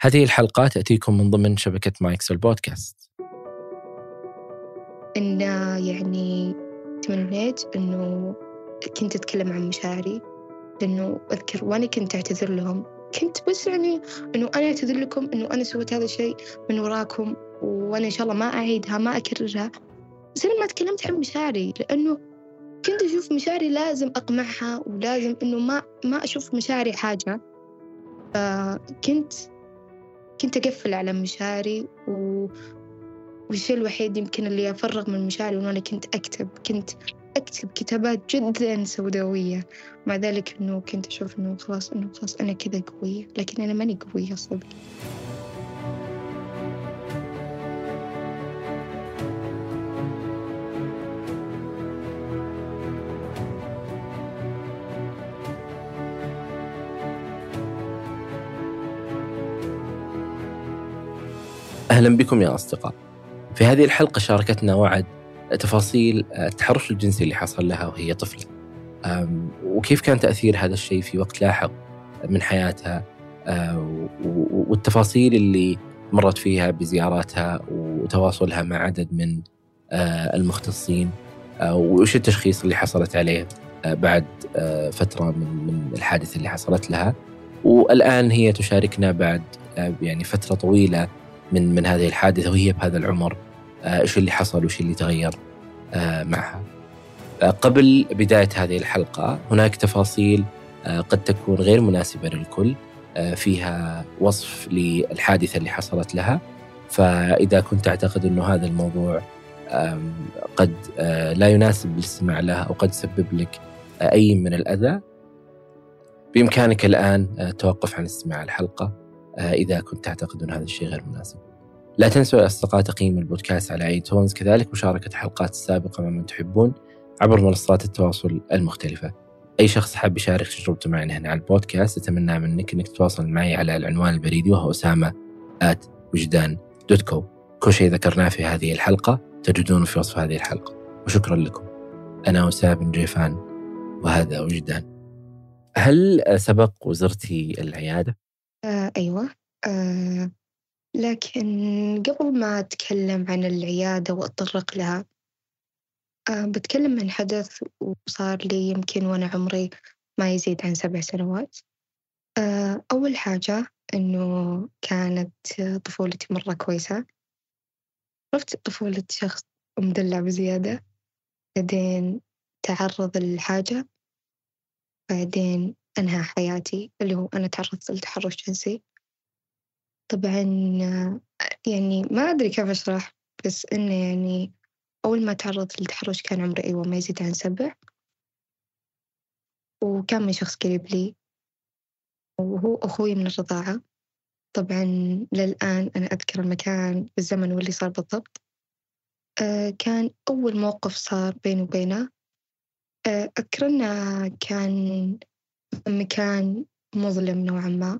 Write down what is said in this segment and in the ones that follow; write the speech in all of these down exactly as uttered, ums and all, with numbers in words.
هذه الحلقة تأتيكم من ضمن شبكة مايكس البودكاست. إن يعني تمنيت إنه كنت أتكلم عن مشاعري، لأنه أذكر وأنا كنت أعتذر لهم كنت بس يعني إنه أنا أعتذر لكم إنه أنا سويت هذا الشيء من وراكم، وأنا إن شاء الله ما أعيدها ما أكررها. بس أنا ما تكلمت عن مشاعري لأنه كنت أشوف مشاعري لازم أقمعها، ولازم إنه ما ما أشوف مشاعري حاجة. فكنت كنت أقفل على مشاعري، و والشيء الوحيد يمكن اللي أفرغ من مشاعري وأنا كنت أكتب كنت أكتب كتابات جدا سوداوية. مع ذلك إنه كنت أشوف إنه خلاص إنه خلاص أنا كذا قوية، لكن أنا ماني قوية صدق. أهلا بكم يا أصدقاء. في هذه الحلقة شاركتنا وعد تفاصيل التحرش الجنسي اللي حصل لها وهي طفلة، وكيف كان تأثير هذا الشيء في وقت لاحق من حياتها، والتفاصيل اللي مرت فيها بزياراتها وتواصلها مع عدد من المختصين، وإيش التشخيص اللي حصلت عليه بعد فترة من الحادثة اللي حصلت لها. والآن هي تشاركنا بعد يعني فترة طويلة من من هذه الحادثة وهي بهذا العمر، إيش اللي حصل وإيش اللي تغير معها. قبل بداية هذه الحلقة هناك تفاصيل قد تكون غير مناسبة للكل، فيها وصف للحادثة اللي حصلت لها، فإذا كنت تعتقد أنه هذا الموضوع قد لا يناسب الاستماع له أو قد يسبب لك أي من الأذى، بإمكانك الآن التوقف عن استماع الحلقة إذا كنت تعتقد أن هذا الشيء غير مناسب. لا تنسوا يا أصدقاء تقييم البودكاست على ايتونز، كذلك مشاركة الحلقات السابقة مع من تحبون عبر منصات التواصل المختلفة. أي شخص حاب يشارك تجربته معنا هنا على البودكاست أتمنى منك أنك تتواصل معي على العنوان البريدي وهو أسامة آت وجدان دوت كو. كل شيء ذكرناه في هذه الحلقة تجدونه في وصف هذه الحلقة. وشكرا لكم. أنا أسامة بن جيفان وهذا وجدان. هل سبق وزرتي العيادة؟ آه أيوة. آه لكن قبل ما أتكلم عن العيادة وأتطرق لها، آه بتكلم عن حدث وصار لي يمكن وأنا عمري ما يزيد عن سبع سنوات. آه أول حاجة إنه كانت طفولتي مرة كويسة. عرفت طفولة شخص مدلع بزيادة، بعدين تعرض للحاجة، بعدين أنهى حياتي اللي هو أنا تعرضت لتحرش جنسي. طبعا يعني ما أدري كيف أشرح، بس إنه يعني أول ما تعرضت للتحرش كان عمري أيوة ما يزيد عن سبع، وكان من شخص قريب لي وهو أخوي من الرضاعة. طبعا للآن أنا أذكر المكان والزمن واللي صار بالضبط. آه كان أول موقف صار بيني وبينه. آه أذكر إنه كان مكان مظلم نوعا ما،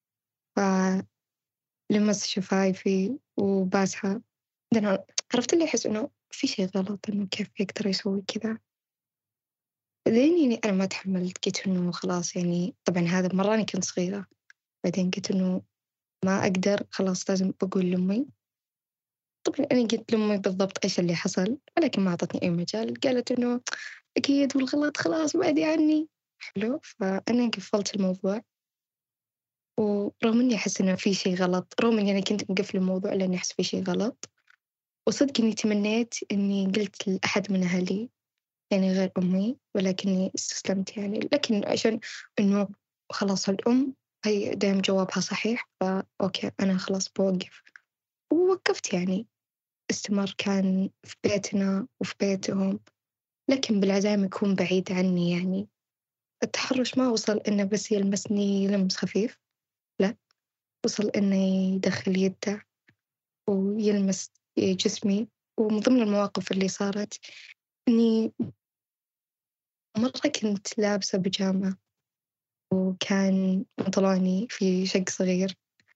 فلمس شفايفي وباسها. أنا عرفت اللي أحس إنه في شيء غلط، إنه كيف يقدر يسوي كذا. بعدين يعني أنا ما تحملت، قلت إنه خلاص يعني طبعا هذا مرة أنا كنت صغيرة. بعدين قلت إنه ما أقدر، خلاص لازم بقول لأمي. طبعا أنا قلت لأمي بالضبط إيش اللي حصل، ولكن ما أعطتني أي مجال. قالت إنه أكيد والغلط خلاص بعدي عني. حلو، فأنا قفلت الموضوع. ورغم إني أحس إنه في شيء غلط، رغم إني أنا كنت مقفل الموضوع لأني أحس في شيء غلط، وصدق إني تمنيت إني قلت لأحد من أهلي يعني غير أمي، ولكني استسلمت يعني. لكن عشان إنه خلاص الأم هي دايم جوابها صحيح، فأوكي أنا خلاص بوقف. ووقفت يعني. استمر كان في بيتنا وفي بيتهم، لكن بالعزايم يكون بعيد عني. يعني التحرش ما وصل إنه بس يلمسني لمس خفيف، لا، وصل إنه يدخل يده ويلمس جسمي. ومن ضمن المواقف اللي صارت إني مرة كنت لابسة بيجامة، وكان مطلعني في شق صغير،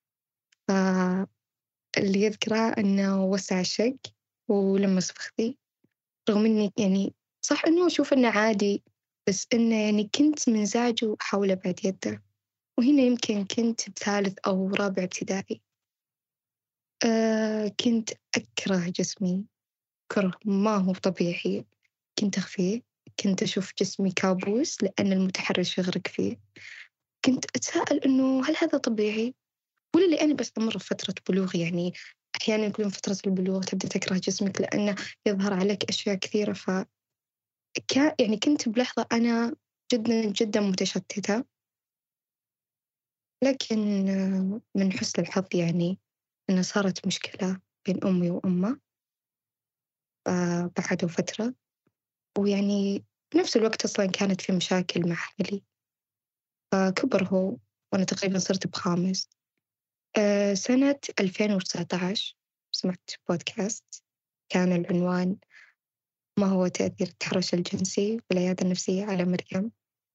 فاللي يذكره إنه وسع الشق ولمس فخذي. رغم إني يعني صح إنه أشوف إنه عادي، بس إنه يعني كنت منزعجة وأحاول أبعد يده. وهنا يمكن كنت بثالث أو رابع ابتدائي. آه كنت أكره جسمي كره ما هو طبيعي، كنت أخفيه، كنت أشوف جسمي كابوس لأن المتحرش يغرق فيه. كنت أتساءل إنه هل هذا طبيعي ولا اللي أنا بس أمر بفترة بلوغ؟ يعني أحيانا يكون فترة البلوغ تبدأ تكره جسمك لأنه يظهر عليك أشياء كثيرة. ف كا- يعني كنت بلحظة أنا جدا جدا متشتتة. لكن آه، من حسن الحظ يعني إنه صارت مشكلة بين أمي وأمه آه، بعد فترة. ويعني بنفس الوقت أصلا كانت في مشاكل مع أهلي، فكبر هو وأنا تقريبا صرت بخامس. أه سنة ألفين وتسعة عشر سمعت بودكاست كان العنوان ما هو تأثير التحرش الجنسي والعيادة النفسية على مريم.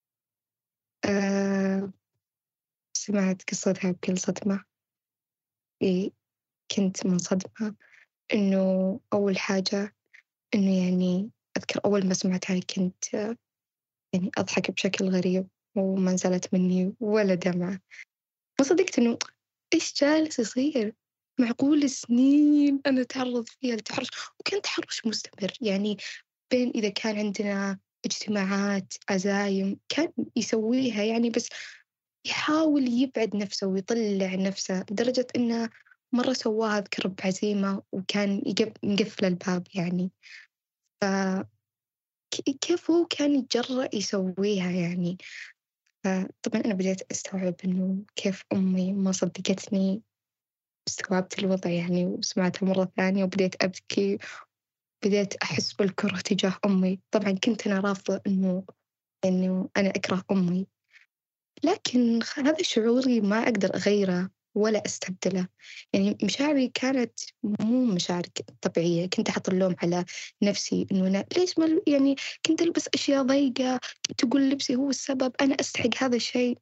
أه سمعت قصتها بكل صدمة. إيه، كنت منصدمة إنه أول حاجة إنه يعني أذكر أول ما سمعتها كنت آه، يعني أضحك بشكل غريب وما نزلت مني ولا دمعة. ما صدقت إنه إيش جالس يصير. معقول سنين أنا أتعرض فيها لتحرش، وكان تحرش مستمر يعني. بين إذا كان عندنا اجتماعات عزايم كان يسويها يعني، بس يحاول يبعد نفسه ويطلع نفسه لدرجة إنه مرة سواها أذكر بعزيمة وكان يقب- مقفل الباب يعني. ف ك- كيف هو كان يتجرأ يسويها يعني. فطبعا أنا بديت أستوعب إنه كيف أمي ما صدقتني. استوعبت الوضع يعني وسمعتها مرة ثانية وبديت أبكي. بديت أحس بالكره تجاه أمي. طبعا كنت أنا رافضة إنه إنه أنا أكره أمي، لكن خ- هذا شعوري ما أقدر أغيره ولا أستبدله. يعني مشاعري كانت مو مشاعر ك- طبيعية. كنت أحط اللوم على نفسي إنه أنا ليش ما يعني كنت ألبس أشياء ضيقة، تقول لبسي هو السبب، أنا أستحق هذا الشيء.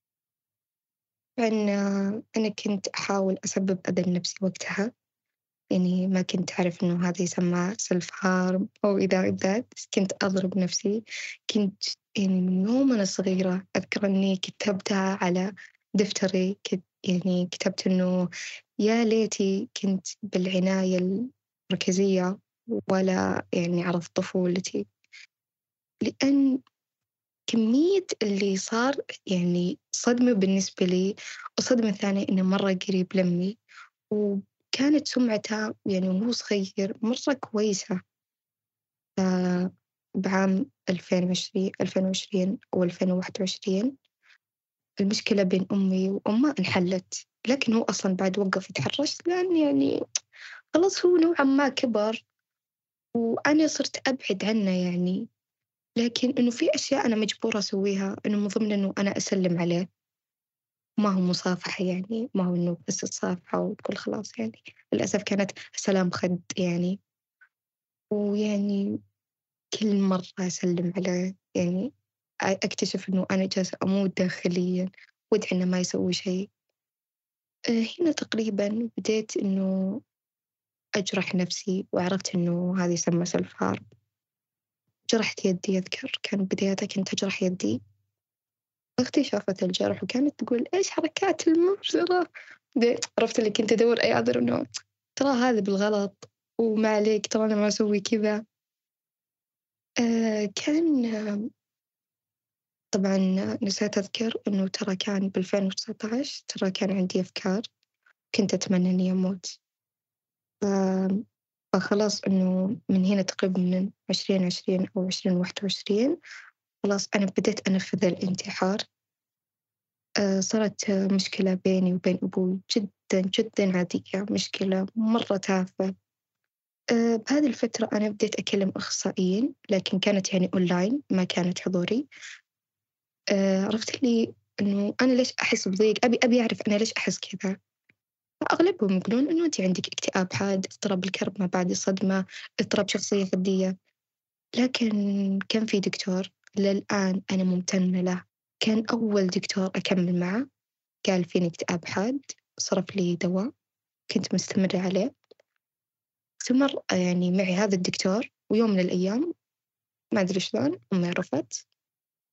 أن أنا كنت أحاول أسبب أذى لنفسي وقتها. يعني ما كنت أعرف إنه هذا يسمى سيلف هارم أو إيذاء الذات، بس كنت أضرب نفسي. كنت يعني من يوم أنا صغيرة أذكر إني كتبتها على دفتري. كت يعني كتبت إنه يا ليتي كنت بالعناية المركزية ولا يعني عرفت طفولتي. لأن كمية اللي صار يعني صدمة بالنسبة لي. والصدمة الثانية إنه مرة قريب لمي، وكانت سمعته يعني وهو صغير مرة كويسة. آه، بعام ألفين وعشرين ألفين وعشرين أو ألفين وواحد وعشرين المشكلة بين أمي وأمه انحلت. لكن هو أصلا بعد وقف يتحرش لأن يعني خلاص هو نوعا ما كبر وأنا صرت أبعد عنه يعني. لكن إنه في أشياء أنا مجبورة أسويها، إنه من ضمن إنه أنا أسلم عليه. ما هو مصافحة يعني، ما هو إنه بس تصافحة وتقول خلاص يعني. للأسف كانت سلام خد يعني. ويعني كل مرة أسلم عليه يعني أكتشف إنه أنا جالسة أموت داخليا وأدعي إنه ما يسوي شيء. آه، هنا تقريبا بديت إنه أجرح نفسي وعرفت إنه هذا يسمى سيلف هارم. جرحت يدي أذكر كان بدايتها كنت أجرح يدي. أختي شافت الجرح وكانت تقول إيش حركات المبصرة دي. عرفت اللي كنت أدور أي عذر إنه ترى هذا بالغلط وما عليك، ترى أنا ما أسوي كذا. آه كان آه طبعا نسيت أذكر إنه ترى كان بألفين وتسعة عشر ترى كان عندي أفكار كنت أتمنى إني أموت. ف- فخلاص إنه من هنا تقريبا من عشرين عشرين أو عشرين واحد وعشرين خلاص أنا بديت أنفذ الانتحار. آه، صارت آه، مشكلة بيني وبين أبوي جدا جدا عادية، مشكلة مرة تافهة. آه، بهذه الفترة أنا بديت أكلم أخصائيين لكن كانت يعني أونلاين ما كانت حضوري. آه، عرفت لي إنه أنا ليش أحس بضيق، أبي أبي أعرف أنا ليش أحس كذا. فأغلبهم يقولون إنه أنت عندك اكتئاب حاد، اضطراب الكرب ما بعد الصدمة، اضطراب شخصية حدية. لكن كان في دكتور للآن أنا ممتنة له، كان أول دكتور أكمل معه. قال فيني اكتئاب حاد، صرف لي دواء كنت مستمرة عليه. استمر يعني معي هذا الدكتور، ويوم من الأيام ما أدري شلون أمي عرفت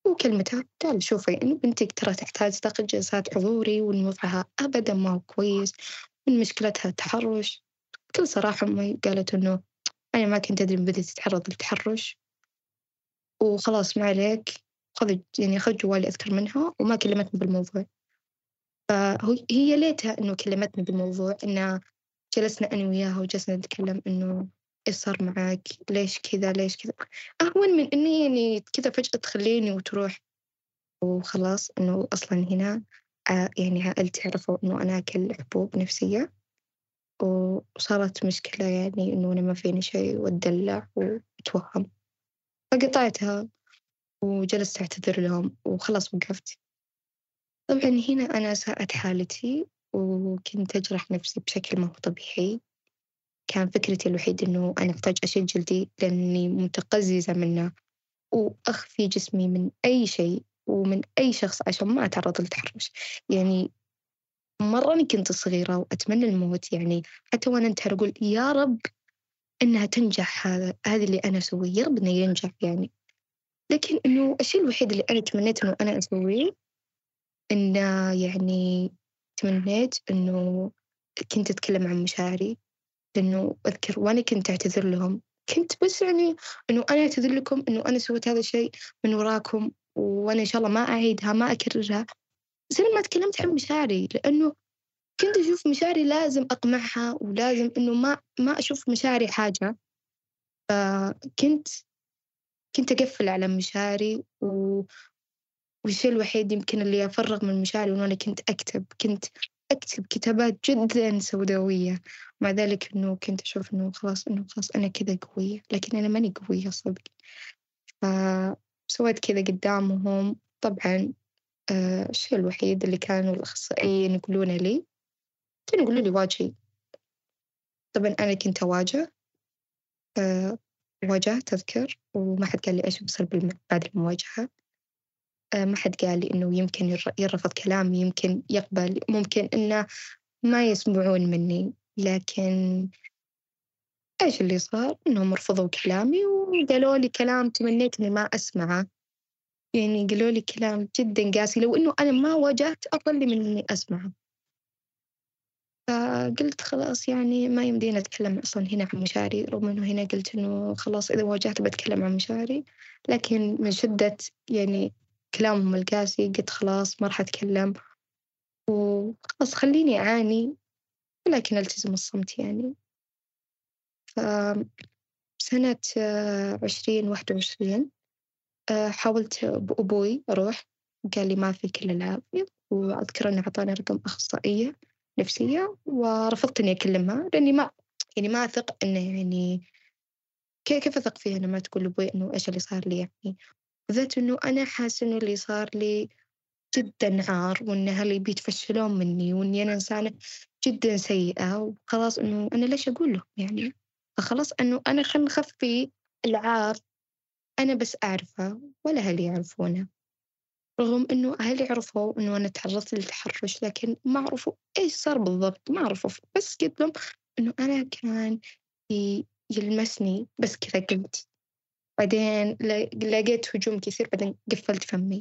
وكلمتها تعال شوفي إنه بنتك ترى تحتاج تاخذ جلسات حضوري وإن وضعها أبدا ما هو كويس وإن مشكلتها تحرش. بكل صراحة أمي قالت إنه أنا ما كنت أدري إن بدأت تتعرض للتحرش وخلاص ما عليك، خذ يعني خذ جوالي أذكر منها وما كلمتني بالموضوع. فهي هي ليتها إنه كلمتني بالموضوع، إن جلسنا أنا وياها وجلسنا نتكلم إنه إيش صار معك؟ ليش كذا؟ ليش كذا؟ أهون من إني يعني كذا فجأة تخليني وتروح. وخلاص إنه أصلًا هنا ع يعني عائلتي عرفوا إنه أنا آكل حبوب نفسية، وصارت مشكلة يعني إنه أنا ما فيني شي وأتدلع وأتوهم، فقطعتها وجلست أعتذر لهم وخلاص وقفت. طبعًا هنا أنا ساءت حالتي وكنت أجرح نفسي بشكل ما هو طبيعي. كان فكرتي الوحيدة إنه أنا أحتاج أشيل جلدي لأني متقززة منه، وأخفي جسمي من أي شيء ومن أي شخص عشان ما أتعرض للتحرش. يعني مرة أنا كنت صغيرة وأتمنى الموت، يعني حتى وأنا أنتحر أقول يا رب إنها تنجح، هذا هذا اللي أنا أسويه يا رب إنه ينجح يعني. لكن إنه الشيء الوحيد اللي أنا تمنيت إنه أنا أسويه إنه يعني تمنيت إنه كنت أتكلم عن مشاعري. لأنه أذكر وأنا كنت أعتذر لهم كنت بس يعني إنه أنا أعتذر لكم إنه أنا سويت هذا الشيء من وراكم وأنا إن شاء الله ما أعيدها ما أكررها. بس أنا ما تكلمت عن مشاعري لأنه كنت أشوف مشاعري لازم أقمعها ولازم إنه ما ما أشوف مشاعري حاجة. كنت كنت أقفل على مشاعري و... والشيء الوحيد يمكن اللي أفرغ من مشاعري إنه أنا كنت أكتب كنت أكتب كتابات جدا سوداوية. مع ذلك إنه كنت أشوف إنه خلاص إنه خلاص أنا كذا قوية، لكن أنا ماني قوية صدق. فسويت كذا قدامهم. طبعا آه الشيء الوحيد اللي كانوا الأخصائيين يقولون لي كانوا يقولوا لي واجهي. طبعا أنا كنت أواجه. آه واجهت أذكر وما حد قال لي إيش بيصير بالم- بعد المواجهة. آه ما حد قال لي إنه يمكن ير- يرفض كلامي يمكن يقبل ممكن إنه ما يسمعون مني. لكن إيش اللي صار إنهم رفضوا كلامي وقالوا لي كلام تمنيت إني ما أسمعه. يعني قالوا لي كلام جدا قاسي لو إنه أنا ما واجهت أفضل لي من إني أسمعه. فقلت خلاص يعني ما يمدينا أتكلم أصلا هنا عن مشاعري، رغم إنه هنا قلت إنه خلاص إذا واجهت بتكلم عن مشاعري. لكن من شدة يعني كلامهم القاسي قلت خلاص ما راح أتكلم وخلاص خليني أعاني ولكن ألتزم الصمت يعني. فسنة آه، عشرين واحد وعشرين آه، حاولت بأبوي أروح، قال لي ما فيك إلا العافية. وأذكر إنه أعطاني رقم أخصائية نفسية ورفضت إني أكلمها لأني ما يعني ما أثق إنه يعني كي- كيف أثق فيها لما تقول لأبوي إنه إيش اللي صار لي يعني. بالذات إنه أنا حاسة إنه اللي صار لي جدا عار وإن أهلي بيتفشلون مني وإني أنا إنسانة جدا سيئة وخلاص إنه أنا ليش أقول لهم يعني. فخلاص إنه أنا خل نخفي العار. أنا بس أعرفه ولا أهلي يعرفونه، رغم إنه أهلي عرفوا إنه أنا تعرضت للتحرش لكن ما عرفوا إيش صار بالضبط ما عرفوا. بس قلت لهم إنه أنا كان ي- يلمسني بس كذا قلت. بعدين لا- لقيت هجوم كثير بعدين قفلت فمي.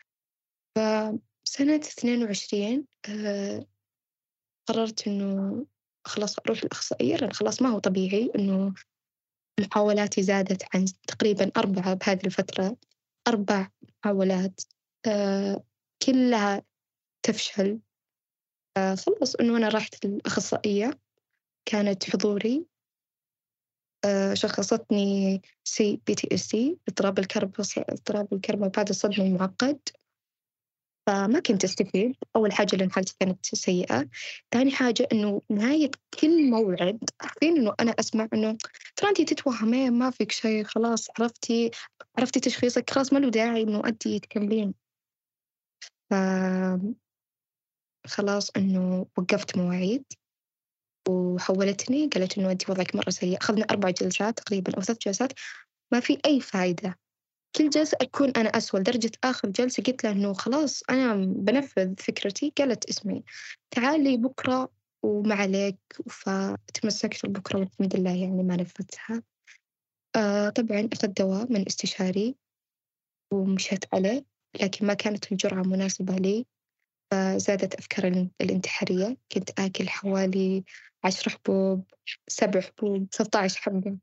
فسنة اثنين وعشرين آه قررت إنه خلاص أروح الأخصائية لأن خلاص ما هو طبيعي إنه محاولاتي زادت عن تقريبا أربعة بهذه الفترة. أربع محاولات آه كلها تفشل. آه خلص إنه أنا رحت للأخصائية كانت حضوري. آه شخصتني سي بي تي اس سي اضطراب الكرب اضطراب الكربة بعد الصدمة المعقد. فما كنت أستفيد. أول حاجة لأن حالتي كانت سيئة. ثاني حاجة إنه نهاية كل موعد عارفين إنه أنا أسمع إنه ترى أنتي تتوهمين ما فيك شيء خلاص عرفتي عرفتي تشخيصك خلاص ما له داعي إنه أدي تكملين. فخلاص إنه وقفت مواعيد وحولتني قالت إنه أنتي وضعك مرة سيء. أخذنا أربع جلسات تقريبا أو ثلاث جلسات ما في أي فايدة. كل جلسة أكون أنا أسوأ لدرجة آخر جلسة قلت له إنه خلاص أنا بنفذ فكرتي. قالت اسمعي تعالي بكرة وما عليك. فتمسكت بكرة والحمد لله يعني ما نفذتها. آه طبعا أخذت دواء من استشاري ومشيت عليه لكن ما كانت الجرعة مناسبة لي، فزادت أفكار ال- الانتحارية. كنت آكل حوالي عشر حبوب، سبع حبوب، ستة عشر حبة.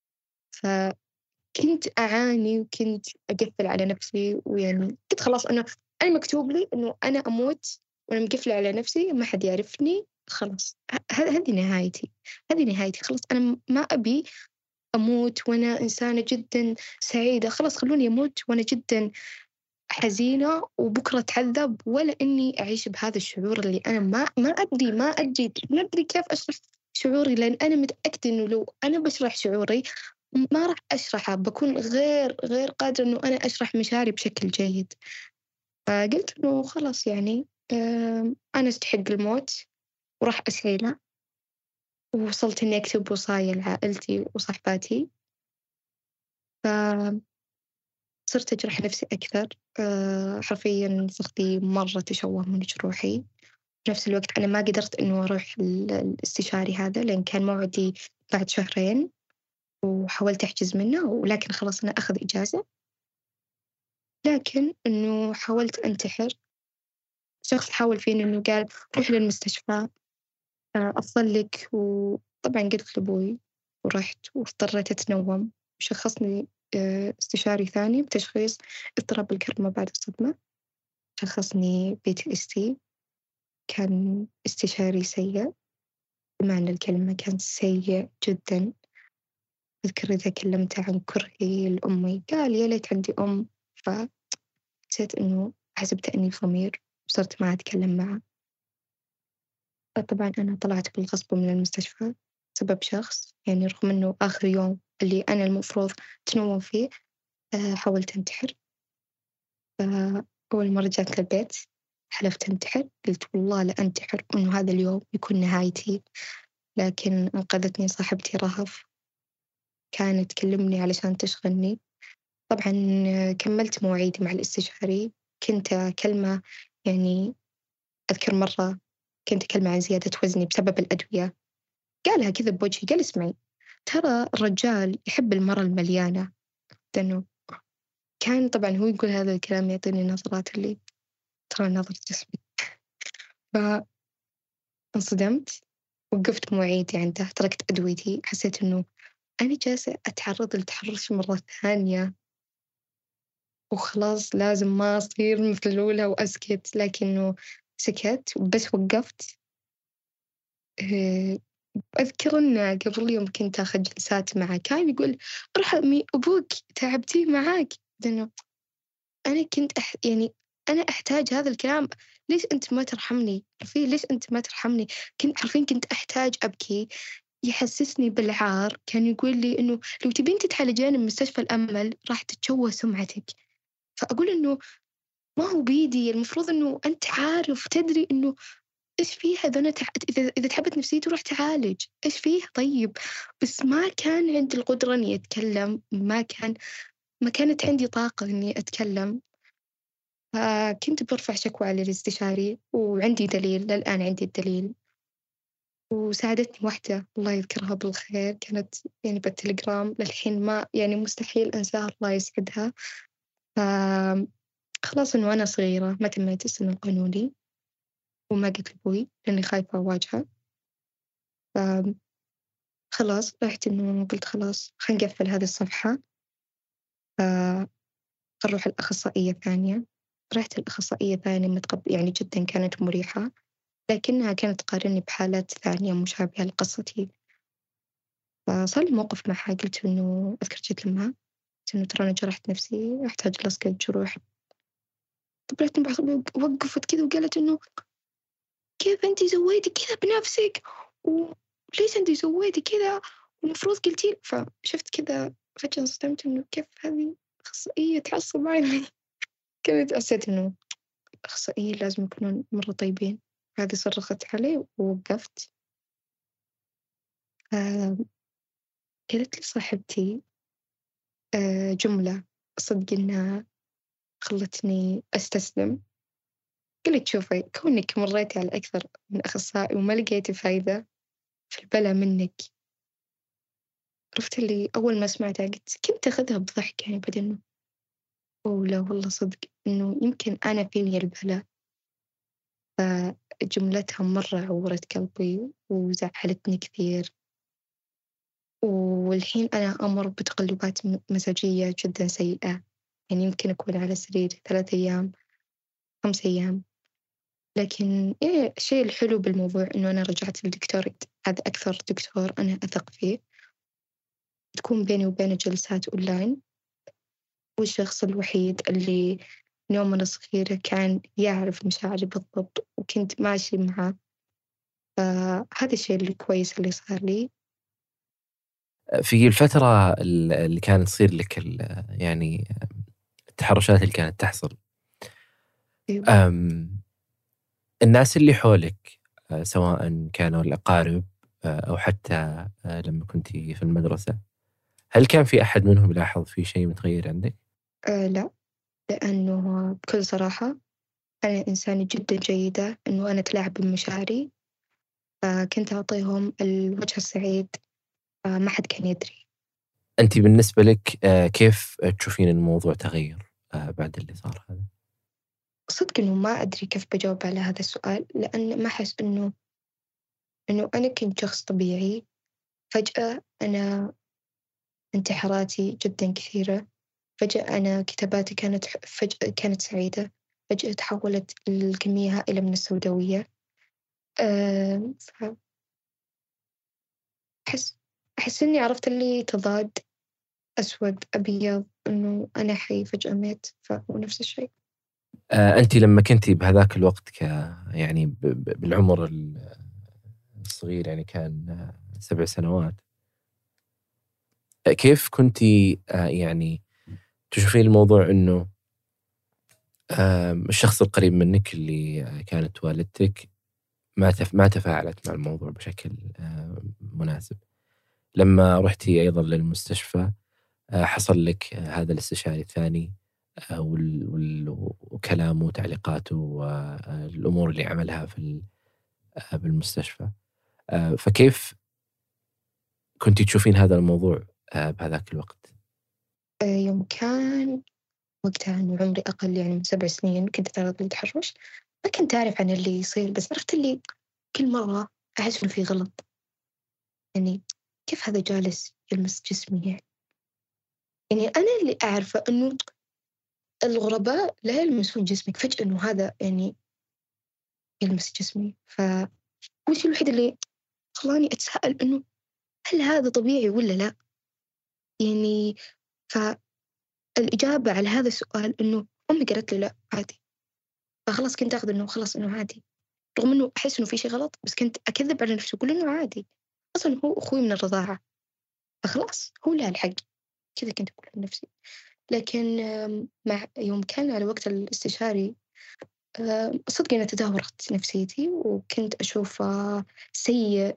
فكنت أعاني وكنت أقفل على نفسي، ويعني كنت خلاص أنا أنا مكتوب لي إنه أنا أموت وأنا مقفلة على نفسي، ما حد يعرفني، خلاص ه- ه- هذه نهايتي. هذه نهايتي خلاص. أنا م- ما أبي أموت وأنا إنسانة جدا سعيدة. خلاص خلوني أموت وأنا جدا حزينة وبكرة أتعذب، ولا إني أعيش بهذا الشعور اللي أنا ما ما أدري ما أدري ما أدري كيف أشرح شعوري، لأن أنا متأكدة إنه لو أنا بشرح شعوري ما راح أشرحه، بكون غير غير قادرة إنه أنا أشرح مشاعري بشكل جيد. فقلت إنه خلاص يعني آم، أنا أستحق الموت وراح أسعى له. ووصلت إني أكتب وصايا لعائلتي وصحباتي. فصرت أجرح نفسي أكثر. آه، حرفيا صرتي مرة تشوه من جروحي. في نفس الوقت أنا ما قدرت إنه أروح ال- الاستشاري هذا، لأن كان موعدي بعد شهرين، وحاولت أحجز منه، ولكن خلاص أنا أخذ إجازة. لكن إنه حاولت أنتحر. شخص حاول فيني إنه قال روح للمستشفى، آه، أفضل لك. وطبعا قلت لأبوي ورحت واضطريت أتنوم. شخصني آه، استشاري ثاني بتشخيص اضطراب القلب ما بعد الصدمة. شخصني بي تي اس تي. كان استشاري سيء بمعنى الكلمة، كان سيء جدا. أذكر إذا كلمته عن كرهي لأمي قال يا ليت عندي أم. فحسيت إنه حسب تأنيب ضمير وصرت ما أتكلم معه. طبعا أنا طلعت بالغصب من المستشفى بسبب شخص، يعني رغم إنه آخر يوم اللي أنا المفروض أتنوم فيه آه، حاولت أنتحر. فأول ما رجعت للبيت حلفت أنتحر، قلت والله لا أنتحر وإنه هذا اليوم يكون نهايتي. لكن أنقذتني صاحبتي رهف، كانت تكلمني علشان تشغلني. طبعا كملت مواعيدي مع الاستشاري. كنت أكلمه، يعني أذكر مرة كنت أكلمه عن زيادة وزني بسبب الأدوية. قالها كذا بوجهي، قال اسمعي ترى الرجال يحب المرأة المليانة. لأنه كان طبعا هو يقول هذا الكلام يعطيني نظرات اللي ترى نظرة جسمي. فانصدمت، وقفت مواعيدي عنده، تركت أدويتي. حسيت إنه أنا جالسة أتعرض للتحرش مرة ثانية، وخلاص لازم ما أصير مثل الأولى وأسكت. لكنه سكت بس وقفت. أه، أذكر إن قبل يوم كنت أخذ جلسات معه كان يقول ارحمي أبوك تعبتيه معاك. لأنه أنا كنت أح... يعني أنا أحتاج هذا الكلام. ليش أنت ما ترحمني؟ في ليش أنت ما ترحمني؟ كنت حرفيا كنت أحتاج أبكي. يحسسني بالعار. كان يقول لي إنه لو تبين تتعالجين بمستشفى الأمل راح تتشوه سمعتك. فأقول إنه ما هو بيدي. المفروض إنه أنت عارف تدري إنه إيش فيها. إذا أنا تع... إذا إذا تعبت نفسيتي روح تعالج. إيش فيها طيب؟ بس ما كان عندي القدرة إني أتكلم. ما كان ما كانت عندي طاقة إني أتكلم. فكنت برفع شكوى للاستشاري، وعندي دليل للآن، عندي الدليل. وساعدتني واحدة الله يذكرها بالخير، كانت يعني بالتليجرام للحين ما يعني مستحيل أنساها، الله يسعدها. فخلاص إنه أنا صغيرة ما تميت السن القانوني، وما قلت لأبوي لأني خايفة أواجهه. فخلاص رحت إنه قلت خلاص خلينا نقفل هذه الصفحة. فأروح الأخصائية ثانية. رحت الأخصائية ثانية متقب يعني جدا كانت مريحة، لكنها كانت تقارني بحالات ثانية مشابهة لقصتي. فصار لي موقف معها، قلت إنه أذكر جيت لمها قلت إنه ترى أنا جرحت نفسي أحتاج لصقة جروح. طبعا وقفت كذا وقالت إنه كيف أنتي سويتي كذا بنفسك، وليش أنتي سويتي كذا، والمفروض قلتي. فشفت كذا فجأة انصدمت إنه كيف هذه أخصائية تعصب عني. كنت حسيت إنه أخصائيين لازم يكونون مرة طيبين. هذه صرخت علي ووقفت. آه، قالت لي صاحبتي آه، جملة صدق إنها خلتني أستسلم. قلت شوفي كونك مريتي على أكثر من أخصائي وما لقيتي فايدة، في البلا منك. عرفت اللي أول ما سمعتها قلت كنت أخذها بضحك يعني بعدين ولا والله صدق إنه يمكن أنا فيني البلا، فجملتها مرة عورت قلبي وزعلتني كثير. والحين أنا أمر بتقلبات م- مزاجية جدا سيئة، يعني يمكن أكون على السرير ثلاثة أيام خمس أيام. لكن إيه الشيء الحلو بالموضوع إنه أنا رجعت للدكتور، هذا أكثر دكتور أنا أثق فيه. تكون بيني وبينه جلسات أونلاين، والشخص الوحيد اللي من يوم أنا صغيرة كان يعرف مشاعري بالضبط وكنت ماشي معه. فهذا الشيء الكويس اللي صار لي. في الفترة ال- اللي كانت تصير لك ال- يعني التحرشات اللي كانت تحصل، أيوة. أم الناس اللي حولك، أه، سواء كانوا الأقارب أه، أو حتى أه، لما كنتي في المدرسة، هل كان في أحد منهم يلاحظ في شيء متغير عندك؟ آه لا، لأنه بكل صراحة أنا إنسانة جدا جيدة إنه أنا أتلاعب بمشاعري، فكنت أعطيهم الوجه السعيد. آه ما حد كان يدري. أنت بالنسبة لك أه، كيف تشوفين الموضوع تغير أه، بعد اللي صار هذا؟ صدق إنه ما أدري كيف بجاوب على هذا السؤال، لأن ما أحس إنه إنه أنا كنت شخص طبيعي. فجأة أنا انتحاراتي جدا كثيرة. فجأة أنا كتاباتي كانت فجأة كانت سعيدة، فجأة تحولت الكمية هائلة من السوداوية. أه فأحس أحس إني عرفت اللي تضاد أسود أبيض، إنه أنا حي فجأة ميت، فهو نفس الشيء. أه، أنت لما كنتي بهذاك الوقت ك يعني ب- ب- بالعمر الصغير، يعني كان أه، سبع سنوات، أه، كيف كنتي أه، يعني تشوفين الموضوع إنه آم، الشخص القريب منك اللي آه، كانت والدتك ما تف ما تفاعلت مع الموضوع بشكل آم، مناسب؟ لما رحتي أيضا للمستشفى، آه، حصل لك آه، هذا الاستشاري الثاني، آه، وال- وال- وكلامه وتعليقاته والأمور اللي عملها في ال- آه، بالمستشفى، آه، فكيف كنتي تشوفين هذا الموضوع آه، بهذاك الوقت؟ أه يوم كان وقتها إنه عمري أقل يعني من سبع سنين كنت أتعرض للتحرش. ما كنت أعرف عن اللي يصير، بس عرفت اللي كل مرة أحس إنه في غلط. يعني كيف هذا جالس يلمس جسمي يعني؟ يعني أنا اللي أعرفه إنه الغرباء لا يلمسون جسمك، فجأة إنه هذا يعني يلمس جسمي. فالشيء الوحيد اللي خلاني أتساءل إنه هل هذا طبيعي ولا لا؟ يعني فالإجابة على هذا السؤال إنه أمي قالت لي لا عادي. فخلاص كنت أخذ إنه خلاص إنه عادي، رغم إنه أحس إنه في شيء غلط، بس كنت أكذب على نفسي وأقول إنه عادي. أصلا هو أخوي من الرضاعة، فخلاص هو له الحق. كذا كنت أقول لنفسي. لكن آم، مع يوم كان على وقت الاستشاري، آم، صدق أنا تدهورت نفسيتي وكنت أشوف آه، سيء،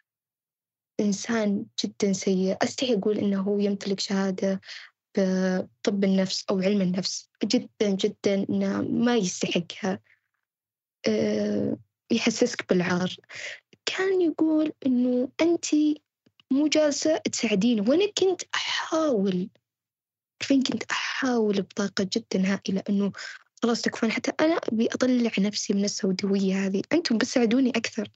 إنسان جدا سيء. أستحي أقول إنه هو يمتلك شهادة بطب النفس أو علم النفس، جدا جدا إنه ما يستحقها. آه، يحسسك بالعار. كان يقول إنه أنتِ مو جالسة تساعدينه، وأنا كنت أحاول، حرفيًا كنت أحاول بطاقة جدًا هائلة إنه خلاص تكفون، حتى أنا أبي أطلع نفسي من السوداوية هذه، أنتم بس ساعدوني أكثر.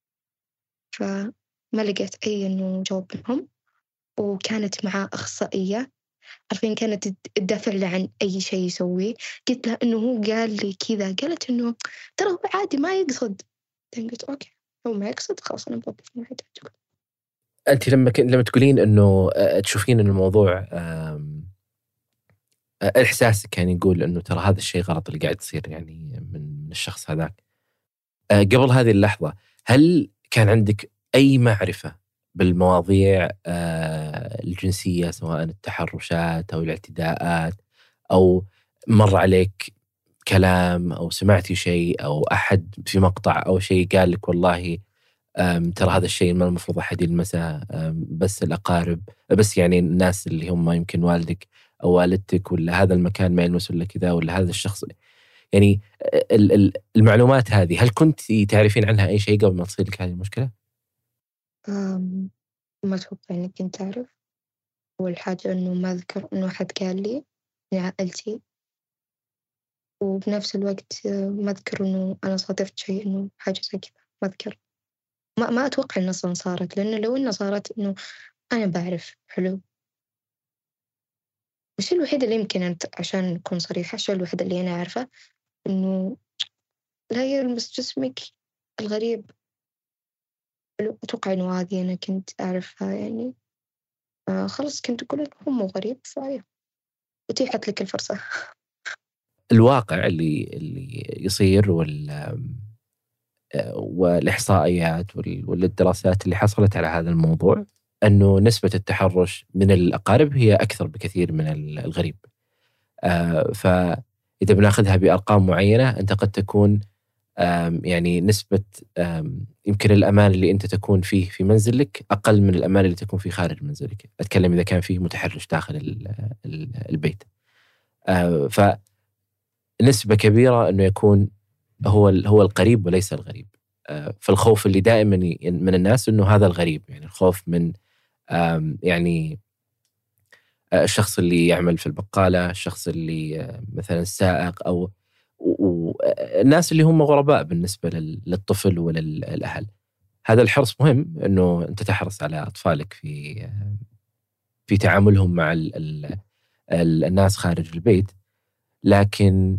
فما لقيت أي إنه جواب منهم. وكانت معاه أخصائية، حرفيًا كانت تد تدافع له عن أي شيء يسويه. قلت لها إنه هو قال لي كذا، قالت إنه ترى هو عادي ما يقصد. بعدين قلت أوكي، هو ما يقصد خلاص أنا بوقف معاه. أنت لما كن لما تقولين إنه آه، تشوفين إن الموضوع آم، آه، إحساسك كان يقول إنه ترى هذا الشيء غلط اللي قاعد يصير يعني من من الشخص هذاك، آه، قبل هذه اللحظة هل كان عندك أي معرفة بالمواضيع آه، الجنسية، سواء التحرشات أو الاعتداءات، أو مر عليك كلام أو سمعتي شيء أو أحد في مقطع أو شيء قال لك والله أم، ترى هذا الشيء ما المفروض أحد يلمسه، أم، بس الأقارب، بس يعني الناس اللي هم يمكن والدك أو والدتك، ولا هذا المكان ما يلمس إلا كذا، ولا هذا الشخص، يعني ال- ال- المعلومات هذه هل كنت تعرفين عنها أي شيء قبل ما تصير لك هذه المشكلة؟ آمم، ما أتوقع إني كنت أعرف. أول حاجة إنه ما أذكر إنه أحد قال لي من عائلتي. وبنفس الوقت آه، ما أذكر إنه أنا صادفت شيء إنه حاجة زي كذا، ما أذكر. ما ما أتوقع إنها أصلا صارت، لأنه لو إنها صارت إنه أنا بعرف حلو. الشيء الوحيد اللي يمكن أنت عشان نكون صريحة، الشيء الوحيد اللي أنا أعرفه إنه لا يلمس جسمك الغريب. حلو، أتوقع إنه هذه أنا كنت أعرفها يعني. آه خلاص كنت أقول إنه هو مو غريب، فأيه أتيحت لك الفرصة. الواقع اللي اللي يصير وال والإحصائيات وال- والدراسات اللي حصلت على هذا الموضوع أنه نسبة التحرش من الأقارب هي أكثر بكثير من ال- الغريب. آه، فإذا بناخذها بأرقام معينة، أنت قد تكون آم، يعني نسبة آم، يمكن الأمان اللي أنت تكون فيه في منزلك أقل من الأمان اللي تكون فيه خارج منزلك. أتكلم إذا كان فيه متحرش داخل ال- ال- البيت. آه، فنسبة كبيرة أنه يكون هو ال- هو القريب وليس الغريب. آه، فالخوف اللي دائما ي- من الناس انه هذا الغريب، يعني الخوف من آم، يعني آه، الشخص اللي يعمل في البقالة، الشخص اللي آه، مثلا السائق، او والناس اللي هم غرباء بالنسبة لل- للطفل وللأهل. هذا الحرص مهم، انه انت تحرص على اطفالك في آه، في تعاملهم مع ال ال ال الناس خارج البيت. لكن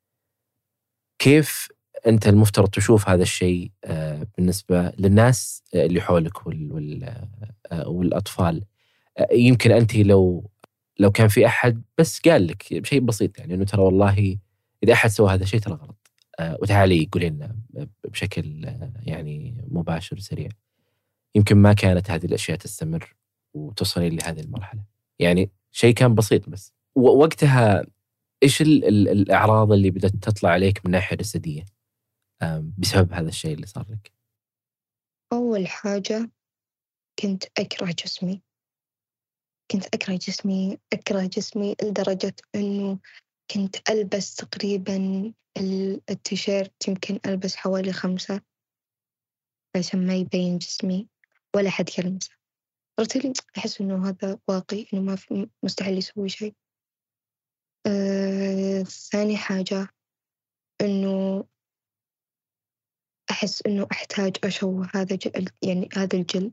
كيف أنت المفترض تشوف هذا الشيء آه، بالنسبة للناس آه، اللي حولك وال وال آه، والأطفال؟ آه، يمكن أنت لو لو كان في أحد بس قال لك شيء بسيط، يعني إنه ترى والله إذا أحد سوى هذا الشيء ترى غلط، آه، وتعالي قولي لنا بشكل آه، يعني مباشر سريع، يمكن ما كانت هذه الأشياء تستمر وتصلي لهذه المرحلة. يعني شيء كان بسيط بس ووقتها. إيش ال ال الأعراض اللي بدأت تطلع عليك من ناحية جسدية آم، بسبب هذا الشيء اللي صار لك؟ أول حاجة كنت أكره جسمي. كنت أكره جسمي أكره جسمي لدرجة إنه كنت ألبس تقريبا ال- التيشيرت يمكن ألبس حوالي خمسة عشان ما يبين جسمي ولا حد يلمسه. قلت لي أحس إنه هذا واقعي، إنه ما في مستحيل يسوي شيء. أه ثاني حاجة إنه أحس إنه أحتاج أشوه هذا جلد، يعني هذا الجلد،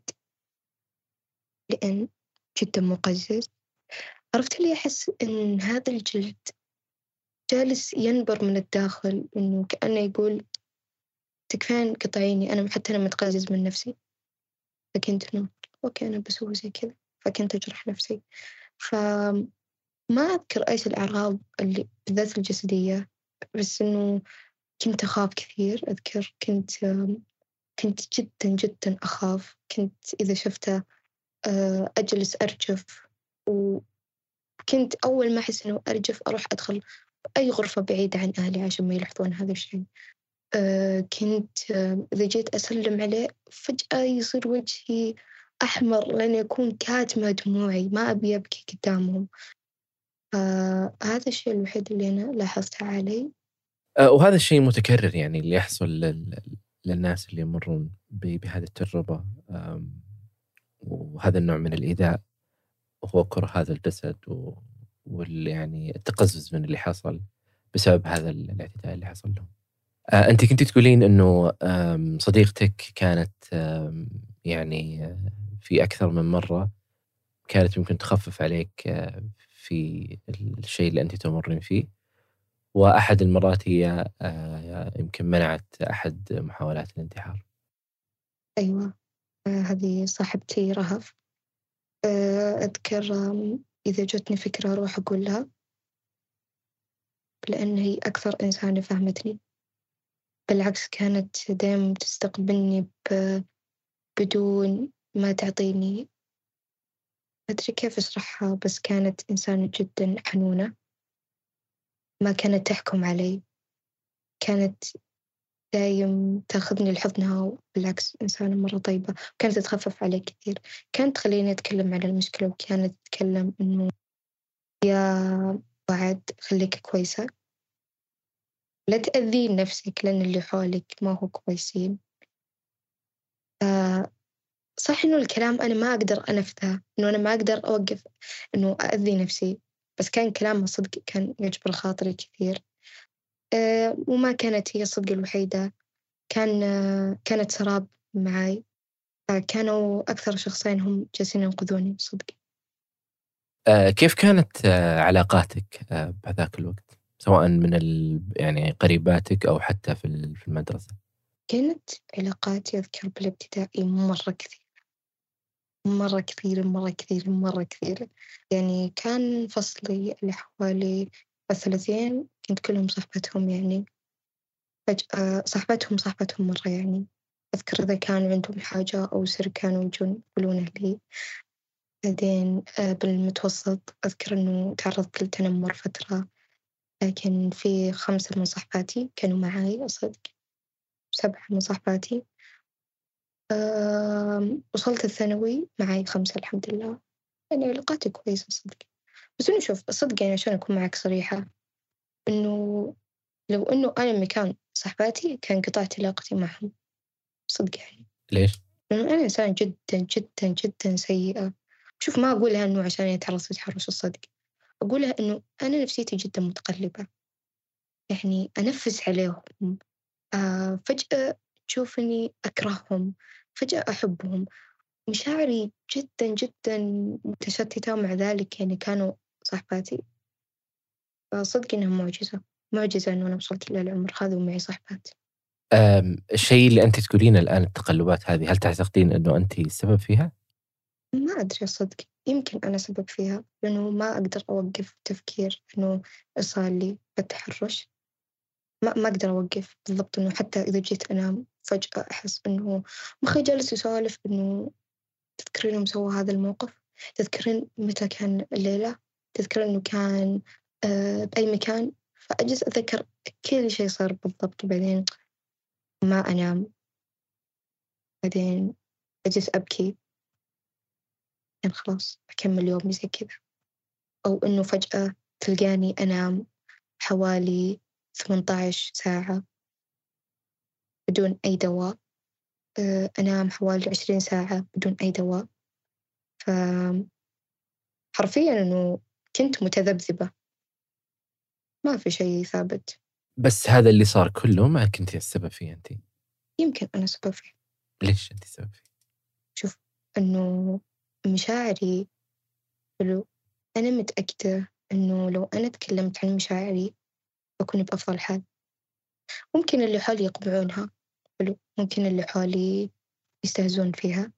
لأن جدا مقزز. عرفت لي أحس إن هذا الجلد جالس ينبر من الداخل، إنه كأنه يقول تكفين قطعيني، أنا حتى أنا متقزز من نفسي. فكنت إنه أوكي أنا بسوي زي كذا، فكنت أجرح نفسي. فما أذكر إيش الأعراض اللي بالذات الجسدية، بس إنه كنت أخاف كثير. أذكر كنت كنت جدا جدا أخاف. كنت إذا شفته آه، أجلس أرجف، وكنت أول ما أحس إنه أرجف أروح أدخل أي غرفة بعيدة عن أهلي عشان ما يلاحظون هذا الشيء. أه كنت أه إذا جيت أسلم عليه فجأة يصير وجهي أحمر، لأن يكون كاتمة دموعي، ما أبي أبكي قدامهم. أه هذا الشيء الوحيد اللي أنا لاحظته علي. آه، وهذا الشيء متكرر، يعني اللي يحصل لل- للناس اللي يمرون ب- بهذه التجربة. آم، وهذا النوع من الإيذاء، وهو كره هذا الجسد و- وال يعني التقزز من اللي حصل بسبب هذا ال- الاعتداء اللي حصل لهم. آه، أنت كنت تقولين إنه آم، صديقتك كانت آم، يعني آه، في أكثر من مرة كانت يمكن تخفف عليك آه، في الشيء اللي أنت تمرين فيه، وأحد المرات هي آه، يمكن منعت أحد محاولات الانتحار. أيوة. أه هذه صاحبتي رهف. أه أذكر آم، إذا جتني فكرة أروح أقول لها، لأن هي أكثر إنسانة فهمتني. بالعكس كانت دائما تستقبلني ب- بدون ما تعطيني، ما أدري كيف أشرحها، بس كانت إنسانة جدا حنونة. ما كانت تحكم علي، كانت دايم تاخذني لحضنها، وبالعكس إنسانة مرة طيبة. كانت تخفف علي كثير، كانت تخليني أتكلم عن المشكلة، وكانت تتكلم إنه يا وعد خليك كويسة، لا تأذين نفسك لأن اللي حولك ما هو كويسين. آه، صح إنه الكلام أنا ما أقدر أنفذه، إنه أنا ما أقدر أوقف إنه أأذي نفسي، بس كان كلامها صدق كان يجبر خاطري كثير. آه، وما كانت هي الصدق الوحيدة، كان آه، كانت سراب معاي. آه، كانوا أكثر شخصين هم جالسين ينقذوني صدق. آه كيف كانت آه علاقاتك آه بهذاك الوقت، سواء من ال يعني قريباتك أو حتى في ال- في المدرسة؟ كانت علاقاتي أذكر بالابتدائي مرة كثير مرة كثير مرة كثير مرة كثير. يعني كان فصلي اللي حوالي الثلاثين كنت كلهم صحبتهم يعني. فجأة صاحبتهم صاحبتهم مرة يعني. أذكر إذا كان عندهم حاجة أو سر كانوا يجون يقولونه لي. بعدين آه، بالمتوسط أذكر إنه تعرضت للتنمر فترة، لكن في خمسة من صحباتي كانوا معاي صدق، سبعة من صحباتي. آم، وصلت الثانوي معاي خمسة الحمد لله. يعني علاقاتي كويسة صدق. بس إنه شوف الصدق يعني عشان أكون معك صريحة، إنه لو إنه أنا مكان صحباتي كان قطعت علاقتي معهم صدق يعني. ليش؟ لأنه أنا إنسانة جدا جدا جدا سيئة. شوف ما أقولها إنه عشان يتحرص تحرش الصدق، أقولها إنه أنا نفسيتي جدا متقلبة. يعني أنفس عليهم، آه فجأة تشوفني أكرههم، فجأة أحبهم. مشاعري جدا جدا متشتتة، ومع ذلك يعني كانوا صحباتي. فصدق إنها معجزة، معجزة إنه أنا وصلت للعمر هذا ومعي صحبات. آم، الشيء اللي أنت تقولينه الآن، التقلبات هذه، هل تعتقدين أنه أنت السبب فيها؟ ما أدري صدق، يمكن أنا سبب فيها، لأنه ما أقدر أوقف تفكير إنه صار لي التحرش. ما ما أقدر أوقف بالضبط، إنه حتى إذا جيت أنام فجأة أحس إنه مخي جالس يسولف إنه تذكرين يوم سوى هذا الموقف، تذكرين متى كان الليلة، تذكرين إنه كان آه بأي مكان. فأجلس أتذكر كل شيء صار بالضبط، وبعدين ما أنام. بعدين أجلس أبكي، يعني خلاص أكمل يومي زي كذا. أو إنه فجأة تلقاني أنام حوالي ثمانية عشر ساعة بدون أي دواء. آه، أنام حوالي عشرين ساعة بدون أي دواء. فحرفيا إنه كنت متذبذبة، ما في شيء ثابت. بس هذا اللي صار كله ما كنت السبب فيه أنت. يمكن أنا سبب فيه. ليش أنت السبب فيه؟ شوف إنه مشاعري حلو. أنا متأكدة إنه لو أنا تكلمت عن مشاعري بكون بأفضل حال. ممكن اللي حولي يقمعونها، حلو، ممكن اللي حولي يستهزون فيها،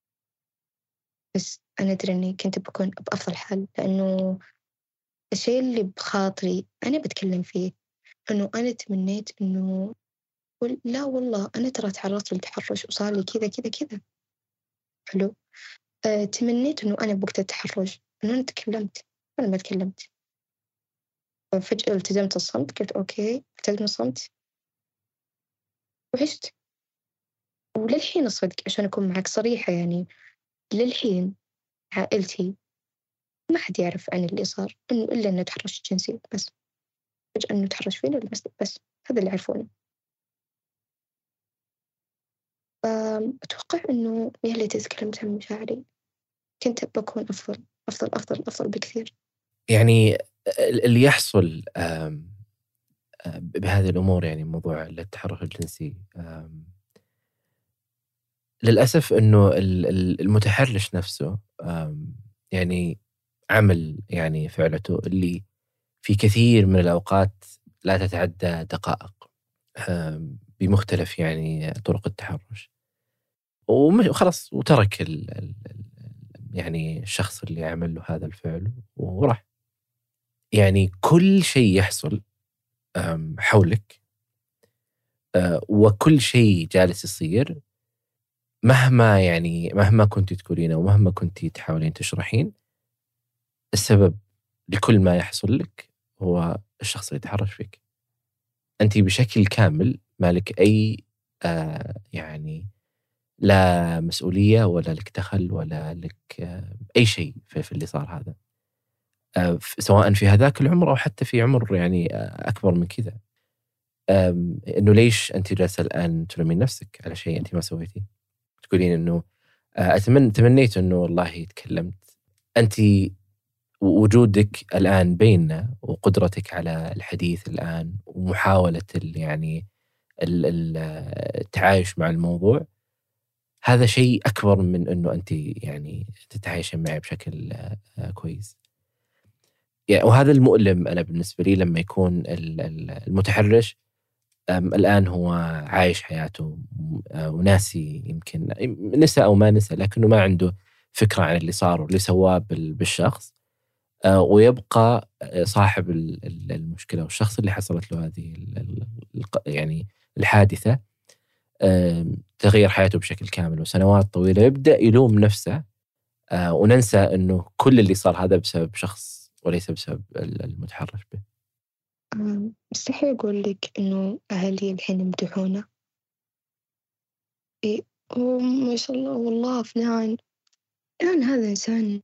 بس أنا أدري إني كنت بكون بأفضل حال. لأنه الشيء اللي بخاطري أنا بتكلم فيه، إنه أنا تمنيت إنه قل لا والله أنا ترى تعرضت للتحرش وصار لي كذا كذا كذا. حلو. أه تمنيت إنه أنا بوقت التحرش إنه أنا تكلمت. أنا ما تكلمت. ففجأة التزمت الصمت، قلت أوكي التزم الصمت وعشت. وللحين الصدق عشان أكون معك صريحة يعني، للحين عائلتي ما حد يعرف عن اللي صار، إنه إلا إنه تحرش جنسي بس. فجأة إنه تحرش فيني بس بس هذا اللي يعرفونه. فأتوقع إنه يا ليت تكلمت عن مشاعري كنت بكون أفضل أفضل أفضل أفضل بكثير. يعني ال- اللي يحصل آم، آم، بهذه الأمور، يعني موضوع التحرش الجنسي، آم، للأسف أنه ال- ال- المتحرش نفسه آم، يعني عمل يعني فعلته اللي في كثير من الأوقات لا تتعدى دقائق، آم، بمختلف يعني طرق التحرش، وم- وخلاص وترك ال ال ال- يعني الشخص اللي عمل له هذا الفعل وراح. يعني كل شيء يحصل آم، حولك، آه، وكل شيء جالس يصير، مهما يعني مهما كنت تقولين ومهما كنت تحاولين تشرحين، السبب لكل ما يحصل لك هو الشخص اللي يتحرش فيك. أنت بشكل كامل ما لك أي آه يعني لا مسؤولية ولا لك دخل ولا لك آه أي شيء في, في اللي صار هذا، آه سواء في هذاك العمر أو حتى في عمر يعني آه أكبر من كذا. آم، إنه ليش أنت جالسة الآن تلومين نفسك على شيء أنت ما سويتيه؟ تقولين إنه آه، أتمنى تمنيت إنه والله تكلمت. أنت ووجودك الآن بيننا وقدرتك على الحديث الآن ومحاولة ال يعني ال ال التعايش مع الموضوع، هذا شيء أكبر من إنه أنتِ يعني تتعايشين معي بشكل آآ كويس. يعني وهذا المؤلم أنا بالنسبة لي لمّا يكون ال ال المتحرش آمم الآن هو عايش حياته م آآ وناسي يمكن نسى أو ما نسى، لكنه ما عنده فكرة عن اللي صار واللي سواه بال بالشخص، آآ ويبقى آآ صاحب ال ال المشكلة والشخص اللي حصلت له هذه ال ال الق يعني الحادثة، آمم تغيّر حياته بشكل كامل وسنوات طويلة، يبدأ يلوم نفسه، آآ وننسى إنه كل اللي صار هذا بسبب شخص وليس بسبب ال المتحرش به. آمم، مستحيل أقول لِك إنه أهلي الحين يمدحونه، إي هو ما شاء الله والله فلان، فلان هذا إنسان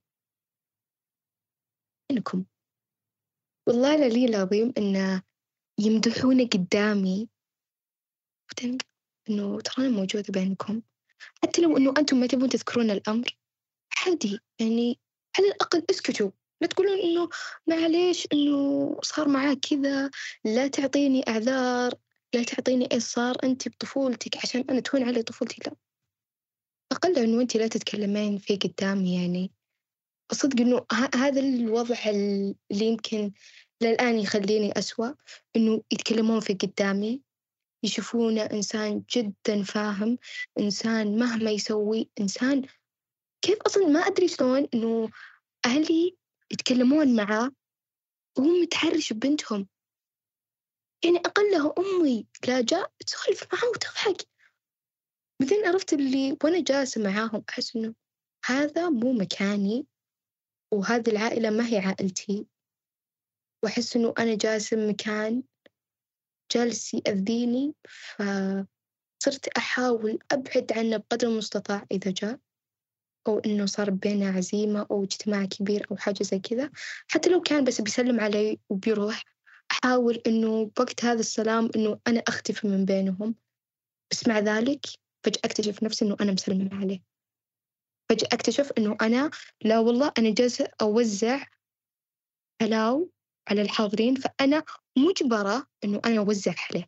منكم، والله العلي العظيم إنه يمدحونه قدامي، بعدين إنه ترى أنا موجودة بينكم، حتى لو إنه أنتم ما تبون تذكرون الأمر عادي، يعني على الأقل اسكتوا، لا تقولون إنه معليش إنه صار معاك كذا، لا تعطيني أعذار، لا تعطيني إيش صار أنتِ بطفولتِك عشان أنا تهون علي طفولتي، لأ، أقل إنه أنتِ لا تتكلمين فيه قدامي يعني، الصدق إنه ه هذا الوضع ال اللي يمكن للآن يخلّيني أسوأ، إنه يتكلمون فيه قدامي، يشوفونه إنسان جدًا فاهم، إنسان مهما يسوي إنسان كيف أصلًا ما أدري شلون إنه أهلي يتكلمون معاه وهو متحرش ببنتهم، يعني أقلها أمي لا جاء تسولف معاه وتضحك، بعدين عرفت اللي وأنا جالسة معاهم أحس إنه هذا مو مكاني، وهذه العائلة ما هي عائلتي، وأحس إنه أنا جالسة بمكان جالس يأذيني، فصرت أحاول أبعد عنه بقدر المستطاع إذا جاء، أو إنه صار بيننا عزيمة أو اجتماع كبير أو حاجة زي كذا، حتى لو كان بس بيسلم علي وبيروح، أحاول إنه بوقت هذا السلام إنه أنا أختفي من بينهم، بس مع ذلك فجأة أكتشف نفسي إنه أنا مسلمة عليه، فجأة أكتشف إنه أنا لا والله أنا جالسة أوزع حلاوة على الحاضرين، فأنا مجبرة إنه أنا أوزع عليه،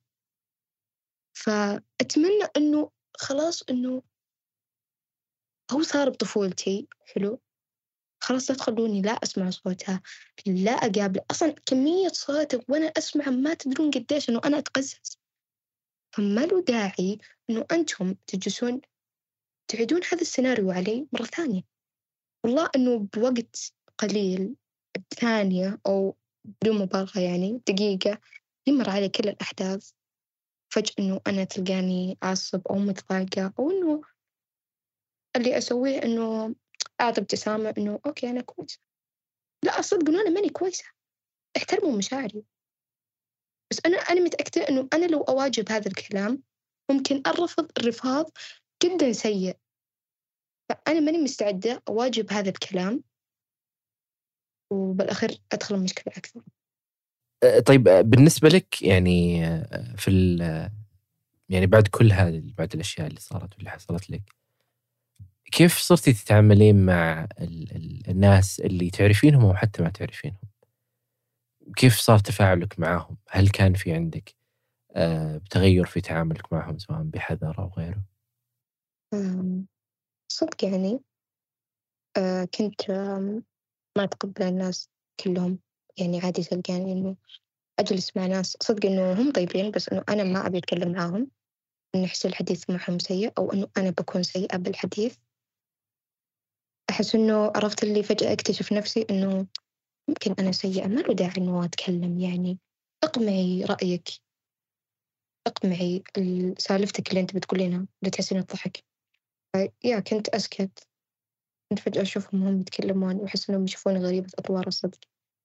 فأتمنى إنه خلاص إنه هو صار بطفولتي حلو، خلاص لا تخلوني لا أسمع صوتها، لا أقابله، أصلًا كمية صوته وأنا أسمعه ما تدرون قديش إنه أنا أتقزز، فما له داعي إنه أنتم تجلسون تعيدون هذا السيناريو علي مرة ثانية، والله إنه بوقت قليل بثانية أو بدون مبالغة يعني دقيقة يمر علي كل الأحداث، فجأة إنه أنا تلقاني أعصب أو متضايقة أو إنه اللي أسويه إنه أعطي ابتسامة إنه أوكي أنا كويسة، لأ صدق إنه أنا ماني كويسة، احترموا مشاعري. بس أنا أنا متأكدة إنه أنا لو أواجه هذا الكلام ممكن أرفض رفاض جدًا سيء، فأنا ماني مستعدة أواجه هذا الكلام، وبالآخر أدخل المشكلة أكثر. آآ طيب آه، بالنسبة لِك يعني آآ في ال يعني بعد كل هذه بعد الأشياء اللي صارت واللي حصلت لِك، كيف صرتِ تتعاملين مع ال ال الناس اللي تعرفينهم أو حتى ما تعرفينهم؟ كيف صار تفاعلك معاهم؟ هل كان في عندِك آآ تغيُّر في تعاملك معهم سواء بحذر أو غيره؟ آمم، صدق يعني آآ كنت آمم ما أتقبل الناس كلهم، يعني عادي تلقاني إنه أجلس مع ناس صدق إنه هم طيبين بس إنه أنا ما أبي أتكلم معاهم، إنه أحس الحديث معهم سيء أو إنه أنا باكون سيئة بالحديث، أحس إنه عرفت اللي فجأة أكتشف نفسي إنه يمكن أنا سيئة ما له داعي إنه أتكلم يعني، اقمعي رأيك، اقمعي ال سالفتِك اللي أنتِ بتقولينها اللي تحسين الضحك، يا كنت أسكت، كنت فجأة أشوفهم هم يتكلمون وأحس إنهم يشوفوني غريبة أطوار الصدق،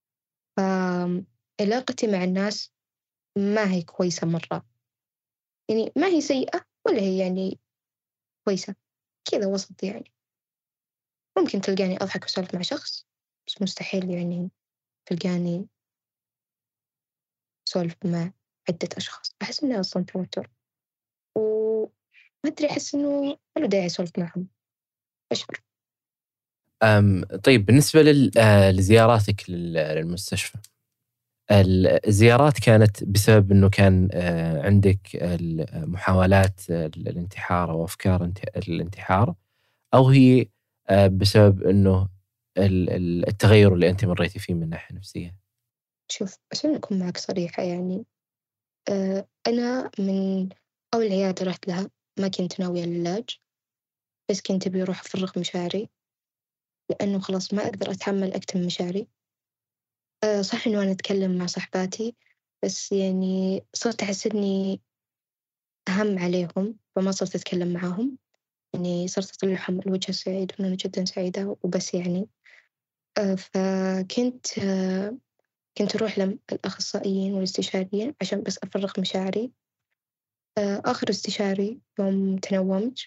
فعلاقتي مع الناس ما هي كويسة مرة، يعني ما هي سيئة ولا هي يعني كويسة، كذا وسط يعني، ممكن تلقاني أضحك وأسولف مع شخص، بس مستحيل يعني تلقاني أسولف مع عدة أشخاص، أحس إني أصلًا توتر، وما أدري أحس إنه ما له داعي أسولف معهم، أشعر. أم طيب بالنسبة لل- آه، لزياراتك لل- للمستشفى، الزيارات كانت بسبب أنه كان آه، عندك محاولات الانتحار أو أفكار انت- الانتحار، أو هي آه، بسبب أنه ال- ال- التغير اللي أنت مريتي فيه من ناحية نفسية؟ شوف عشان أكون معك صريحة يعني آه، أنا من أول عيادة رحت لها ما كنت ناوية العلاج، بس كنت أبي أروح أفرغ مشاعري، لأنه خلاص ما أقدر أتحمل أكتم مشاعري. آه، صح إنه أنا أتكلم مع صحباتي، بس يعني صرت أحس إني أهم عليهم، فما صرت أتكلم معاهم. يعني صرت أطلعهم الوجه السعيد وإن أنا جدا سعيدة وبس يعني. آه، فكنت آه، كنت أروح للأخصائيين والاستشاريين عشان بس أفرغ مشاعري. آه، آخر استشاري يوم تنومت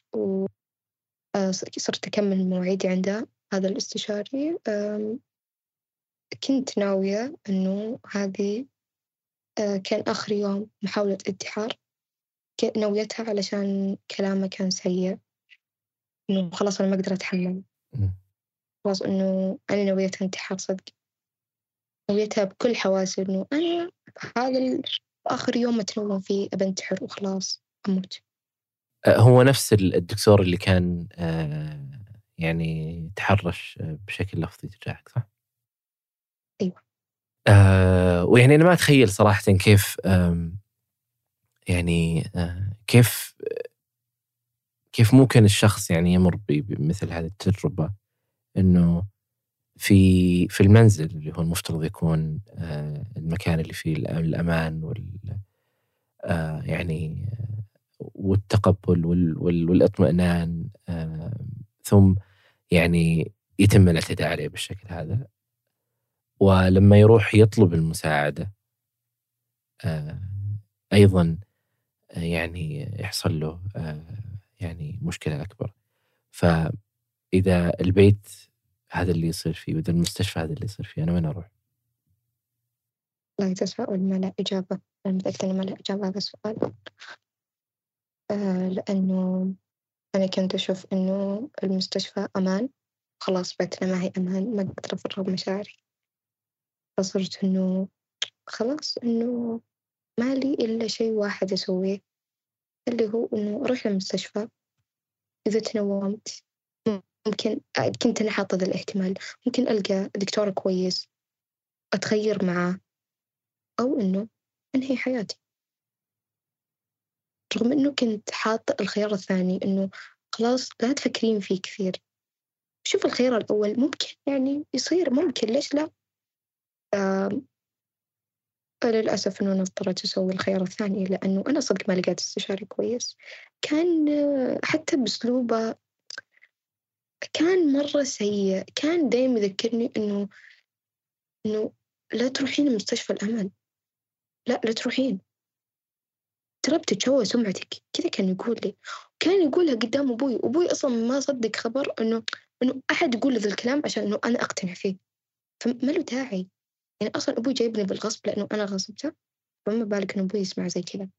وصرت أكمل مواعيدي عند هذا الاستشاري، آم، كنت ناوية إنه هذه آه، كان آخر يوم محاولة انتحار. ك- نويتها علشان كلامه كان سيء، إنه خلاص أنا ما أقدر أتحمل، مم. خلاص إنه أنا نويت انتحار صدق. نويتها بكل حواسي إنه أنا هذا ال- آخر يوم أتنوم فيه أبنتحر وخلاص أموت. آه، هو نفس ال- الدكتور اللي كان آه، يعني تحرش آه، بشكل لفظي تجاهك، صح؟ أيوة. آه ويعني أنا ما أتخيل صراحة كيف آم، يعني آه كيف كيف ممكن الشخص يعني يمر ب- بمثل هذه التجربة، إنه في في المنزل اللي هو المفترض يكون آه المكان اللي فيه الأ- الأمان وال آه يعني آه، والتقبل وال وال والاطمئنان، آه ثم يعني يتم الاعتداء عليه بالشكل هذا، ولما يروح يطلب المساعدة آه أيضا آه، يعني يحصل له آه يعني مشكلة أكبر. فإذا البيت هذا اللي يصير فيه، وإذا المستشفى هذا اللي يصير فيه، أنا وين أروح؟ لا تساؤل ما لا إجابة. أنا متأكدة إنه ما لا إجابة هذا السؤال. آه لأنه أنا كنت أشوف إنه المستشفى أمان، خلاص بيتنا ما هي أمان، ما أقدر أفرغ مشاعري. فصرت إنه خلاص إنه ما لي إلا شيء واحد أسويه، اللي هو إنه أروح للمستشفى. إذا تنومت ممكن كنت أنا حاطة ذا الاحتمال، ممكن ألقى دكتور كويس أتخير معاه، أو إنه أنهي حياتي. رغم إنه كنت حاطة الخيار الثاني إنه خلاص لا تفكرين فيه كثير، شوف الخيار الأول ممكن يعني يصير، ممكن ليش لا. آم، للأسف إنه أنا اضطريت أسوي الخيار الثاني، لأنه أنا صدق ما لقيت استشاري كويس. كان آه، حتى بأسلوبه كان مرة سيء، كان دايم يذكرني إنه إنه لا تروحين مستشفى الأمل، لا لا تروحين، ترى بتتشوه سمعتك. كذا كان يقول لي، كان يقولها قدام أبوي. أبوي أصلا ما صدق خبر إنه إنه أحد يقول ذا الكلام عشان إنه أنا أقتنع فيه، فما له داعي. يعني أصلا أبوي جايبني بالغصب لأنه أنا غصبته، فما بالك إنه أبوي يسمع زي كذا.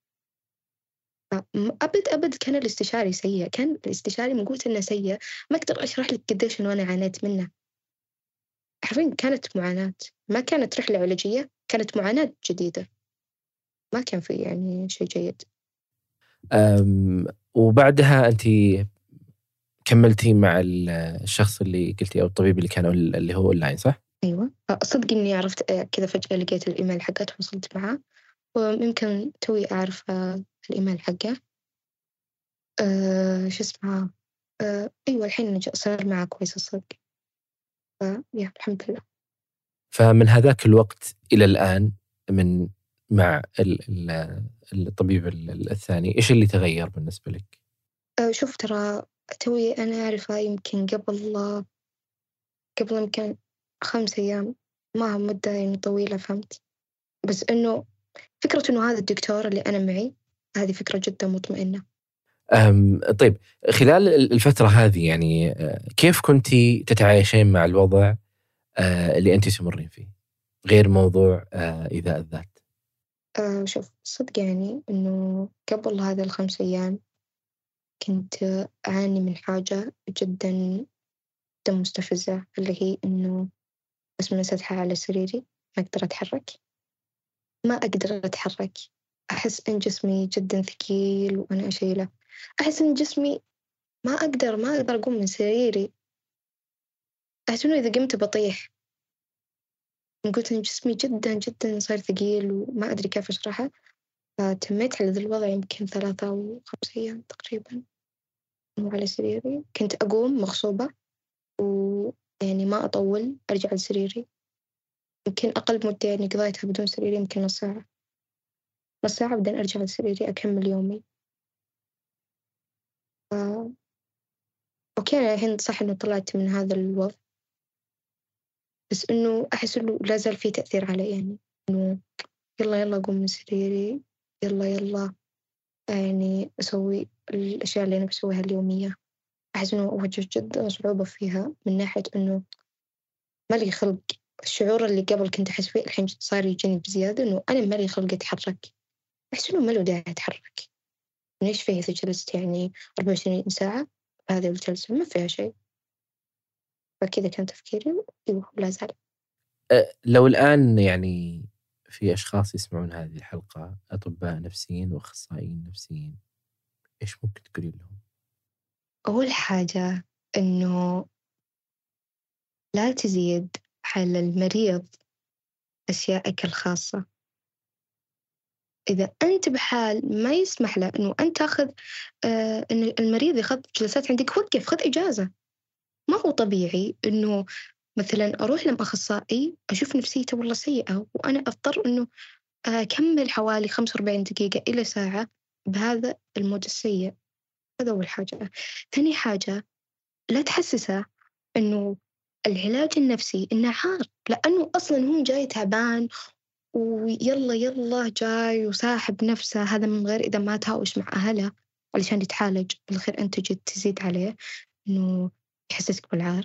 أبد أبد كان الاستشاري سيء، كان الاستشاري من قوة إنه سيء ما أقدر أشرح لك قديش إنه أنا عانيت منه. حرفيا كانت معاناة، ما كانت رحلة علاجية، كانت معاناة جديدة، ما كان في يعني شيء جيد. أم وبعدها أنت كملتي مع ال- الشخص اللي قلتي، أو الطبيب اللي كان أول- اللي هو أونلاين، صح؟ أيوة صدق إني عرفت كذا فجأة لقيت الإيميل حقه، تواصلت معه ويمكن توي أعرف آه، الإيميل حقه. أه شو اسمها أه أيوة الحين نج- صار معه كويس الصدق. فيا الحمد لله. فمن هذاك الوقت إلى الآن، من مع ال- ال- الطبيب ال- الثاني، إيش اللي تغير بالنسبة لك؟ أه شوف ترى توي أنا أعرفه يمكن قبل قبل يمكن خمس أيام، ما هو مدة يعني طويلة فهمت. بس إنه فكرة إنه هذا الدكتور اللي أنا معي هذه فكرة جدا مطمئنة. أم طيب، خلال الفترة هذه يعني آه، كيف كنتي تتعايشين مع الوضع آه، اللي أنت تمرين فيه، غير موضوع آه، إيذاء الذات؟ أه شوف صدق يعني إنه قبل هذا الخمس أيام كنت أعاني من حاجة جدا جدًا مستفزة، اللي هي إنه بس من أسدحها على سريري ما أقدر أتحرك، ما أقدر أتحرك، أحس إن جسمي جدًا ثقيل وأنا أشيله، أحس إن جسمي ما أقدر ما أقدر أقوم من سريري، أحس إنه إذا قمت بطيح، من كتر إن جسمي جدًا جدًا صار ثقيل وما أدري كيف أشرحه، فتميت على ذا الوضع يمكن ثلاثة أو خمس أيام تقريبًا مو على سريري، كنت أقوم مغصوبة ويعني ما أطول أرجع لسريري، يمكن أقل مدة يعني قضيتها بدون سرير يمكن نص ساعة، نص ساعة بعدين أرجع لسريري أكمل يومي. ف أوكي أنا الحين صح إنه طلعت من هذا الوضع، بس إنه أحس إنه لا زال في تأثير علي يعني، إنه يلا يلا أقوم من سريري، يلا يلا يعني أسوي الأشياء اللي أنا بسويها اليومية، أحس إنه أواجه جدًا صعوبة فيها من ناحية إنه ما لي خلق، الشعور اللي قبل كنت أحس فيه الحين صار يجيني بزيادة إنه أنا ما لي خلق أتحرك، أحس إنه ما له داعي أتحرك، إيش فيه إذا جلست يعني أربعة وعشرين ساعة هذه الجلسة ما فيها شيء، فكذا كان تفكيري أيوه لا زال. أ لو الآن يعني في أشخاص يسمعون هذه الحلقة، أطباء نفسيين وأخصائيين نفسيين، إيش ممكن تقولين لهم؟ أول حاجة إنه لا تزيد على المريض أشيائك الخاصة، إذا أنت بحال ما يسمح له إنه أنت تاخذ آآ إن المريض ياخذ جلسات عندك وقف خذ إجازة، ما هو طبيعي إنه مثلًا أروح لم أخصائي أشوف نفسيته والله سيئة وأنا أضطر إنه أكمل حوالي خمسة وأربعين دقيقة إلى ساعة بهذا المود السيء، هذا أول حاجة. ثاني حاجة لا تحسسه إنه العلاج النفسي إنه عار، لأنه أصلًا هو جاي تعبان ويلا يلا جاي وساحب نفسه، هذا من غير إذا ما تهاوش مع أهله علشان يتعالج، بالأخير أنت جيت تزيد عليه إنه يحسسك بالعار.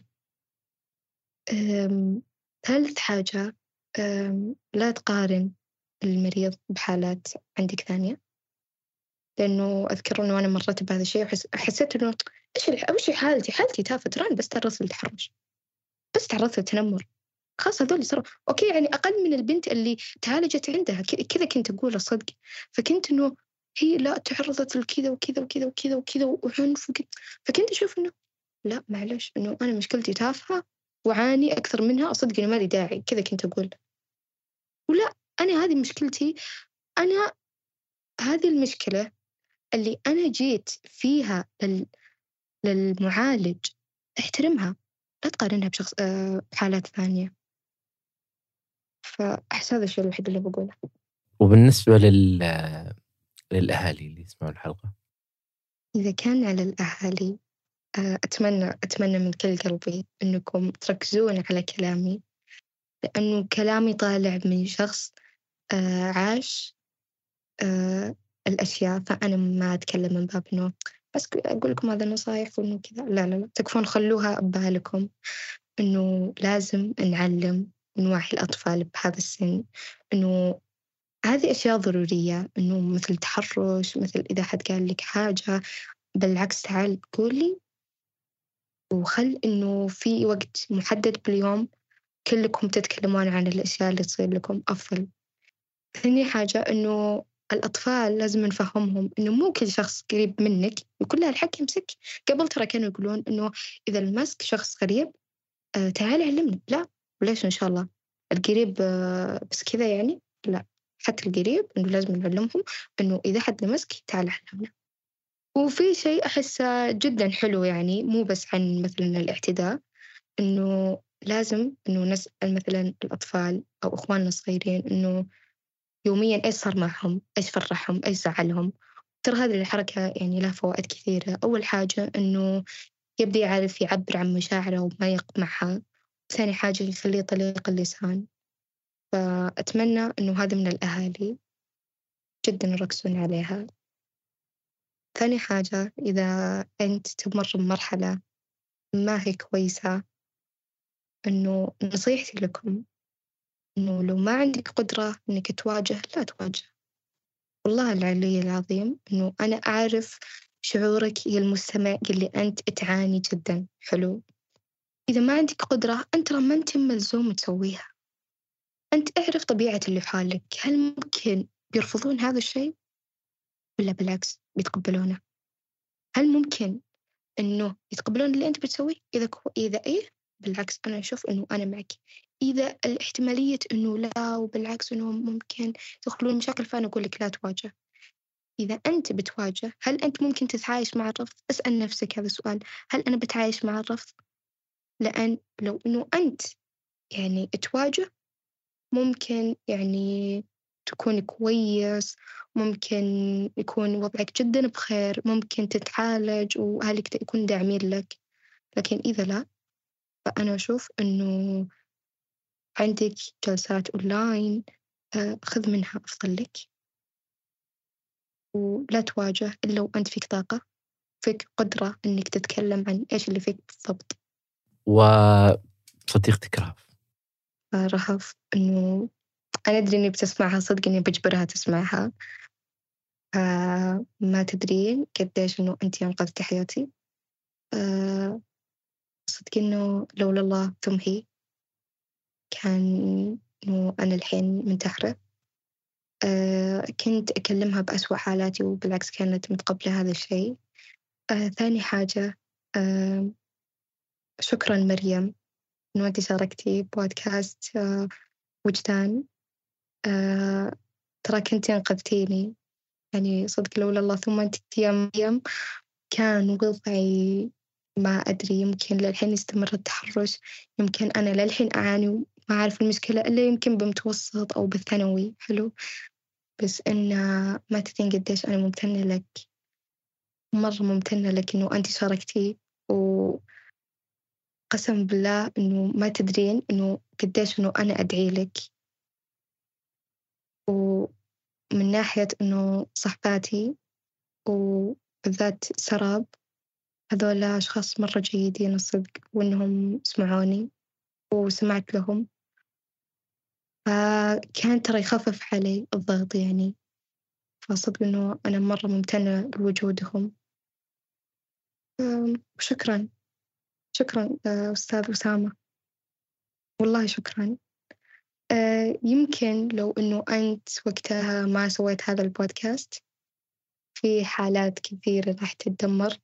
آمم، ثالث حاجة آمم، لا تقارن المريض بحالات عندك ثانية، لأنه أذكر إنه أنا مرّيت بهذا الشيء وحس حسيت إنه إيش الح وش حالتي، حالتي تافهة تراني بس تعرضت للتحرش، بس تعرضت للتنمر، خلاص هذول صاروا أوكي يعني أقل من البنت اللي تعالجت عندها ك كذا كنت أقول الصدق، فكنت إنه هي لأ تعرضت لكذا وكذا وكذا وكذا وكذا وعنف وك فكنت أشوف إنه لأ معلش إنه أنا مشكلتي تافهة وأعاني أكثر منها صدق إنه ما لي داعي، كذا كنت أقول، ولأ أنا هذه مشكلتي، أنا هذه المشكلة اللي أنا جيت فيها لل للمعالج احترمها، لا تقارنها بشخص آآ بحالات ثانية، فأحس هذا الشيء الوحيد اللي باقوله. وبالنسبة لل للأهالي اللي يسمعون الحلقة؟ إذا كان على الأهالي آآ أتمنى أتمنى من كل قلبي إنكم تركزون على كلامي، لأنه كلامي طالع من شخص آآ عاش آآ الأشياء، فأنا ما أتكلم من باب إنه بس ك أقول لكم هذه النصايح وإنه كذا، لا، لا، لا، تكفون خلوها ببالكم. إنه لازم نعلّم نوعّي الأطفال بهذا السن، إنه هذه أشياء ضرورية، إنه مثل التحرُّش، مثل إذا حد قال لِك حاجة، بالعكس تعال قُل لي وخَل إنه في وقت محدد باليوم كلكم تتكلمون عن الأشياء اللي تصير لكم أفضل. ثاني حاجة إنه الأطفال لازم نفهّمهم إنه مو كل شخص قريب منِّك يكون له الحق يمسك، قبل ترى كانوا يقولون إنه إذا لمسك شخص غريب آآ تعالَ علّمني، لأ وليش إن شاء الله، القريب آه، بس كذا يعني، لأ، حتى القريب إنه لازم نعلّمهم إنه إذا حد لمسك تعالَ علّمنا. وفي شيء أحسه جدًا حلو يعني مو بس عن مثلًا الاعتداء، إنه لازم إنه نسأل مثلًا الأطفال أو إخواننا الصغيرين إنه يوميًا إيش صار معهم، إيش فرحهم، إيش زعلهم، ترى هذه الحركة يعني لها فوائد كثيرة، أول حاجة إنه يبدأ يعرف يعبّر عن مشاعره وما يقمعها، ثاني حاجة يخليه طليق اللسان، فأتمنى إنه هذا من الأهالي جدًا يركزون عليها. ثاني حاجة إذا أنت تمُر بمرحلة ما هي كويسة، إنه نصيحتي لكم إنه لو ما عندك قدرة إنك تواجه لا تواجه، والله العلي العظيم إنه أنا أعرف شعورك يا المستمع اللي أنت تعاني جدًا، حلو؟ إذا ما عندك قدرة أنت ما أنت ملزوم تسويها. أنت اعرف طبيعة اللي في حالك، هل ممكن بيرفضون هذا الشيء ولا بالعكس بيتقبلونه؟ هل ممكن إنه يتقبلون اللي أنت بتسويه؟ إذا كو... إذا إيه بالعكس أنا أشوف إنه أنا معك. إذا الاحتمالية إنه لا وبالعكس إنه ممكن تدخلون مشاكل فأنا أقول لك لا تواجه. إذا أنت بتواجه هل أنت ممكن تتعايش مع الرفض؟ اسأل نفسك هذا السؤال، هل أنا بتعايش مع الرفض؟ لأن لو إنه أنت يعني تواجه ممكن يعني تكون كويس، ممكن يكون وضعك جدا بخير، ممكن تتعالج وأهلك يكون داعمين لك. لكن إذا لا فأنا أشوف إنه عندك جلسات أونلاين خذ منها أفضل لك، ولا تواجه إلا وأنت فيك طاقة، فيك قدرة إنك تتكلم عن إيش اللي فيك بالضبط. وصديقتك رهف رهف إنه أنا أدري إني بتسمعها، صدق إني بجبرها تسمعها. آه ما تدرين قديش إنه أنتي أنقذتي حياتي. آه صدق إنه لولا الله ثم هي كان إنه أنا الحين منتحرة. آه كنت أكلمها بأسوأ حالاتي وبالعكس كانت متقبلة هذا الشيء. آه ثاني حاجة آه شكرا مريم إنه أنتي شاركتي بودكاست آه وجدان. آه ترى كنتي أنقذتيني يعني صدق لولا الله ثم أنت يا مريم كان وضعي ما أدري، يمكن للحين يستمر التحرش، يمكن أنا للحين أعاني وما أعرف المشكلة إلا يمكن بمتوسط أو بالثانوي. حلو، بس إن ما تدرين قديش أنا ممتنة لك، مرة ممتنة لك إنه أنت شاركتي، وقسم بالله إنه ما تدرين إنه قديش إنه أنا أدعي لك. ومن ناحية إنه صحباتي وبالذات سراب هذول أشخاص مرة جيدين الصدق، وإنهم سمعوني وسمعت لهم، فكان ترى يخفف علي الضغط يعني. فصدق إنه أنا مرة ممتنة لوجودهم. وشكرا شكرا أستاذ أسامة، والله شكرا. يمكن لو إنه أنت وقتها ما سويت هذا البودكاست في حالات كثيرة راح تتدمر،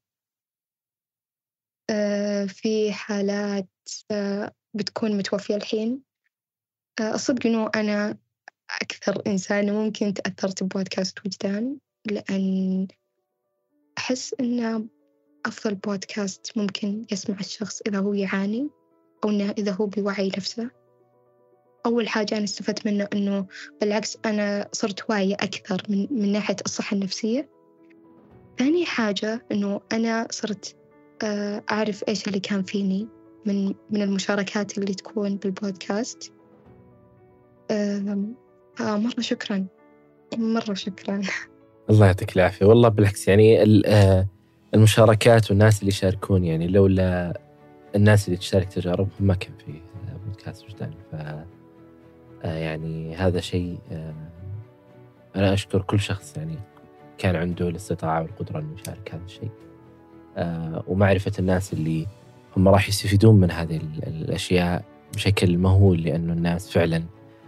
في حالات بتكون متوفية الحين. الصدق إنه أنا أكثر إنسانة ممكن تأثرت ببودكاست وجدان، لأن أحس إنه أفضل بودكاست ممكن يسمع الشخص إذا هو يعاني أو إنه إذا هو بيوعي نفسه. أول حاجة أنا استفدت منه إنه بالعكس أنا صرت واعية أكثر من من ناحية الصحة النفسية. ثاني حاجة إنه أنا صرت أعرف إيش اللي كان فيني من من المشاركات اللي تكون بالبودكاست. آه مرة شكرا مرة شكرا. الله يعطيك العافية. والله بالعكس يعني المشاركات والناس اللي يشاركون، يعني لولا الناس اللي تشارك تجاربهم ما كان في بودكاست وجدان. ف يعني هذا شيء أنا أشكر كل شخص يعني كان عنده الاستطاعة والقدرة أن يشارك هذا الشيء، ومعرفة الناس اللي هم راح يستفيدون من هذه الأشياء بشكل مهول، لأنه الناس فعلا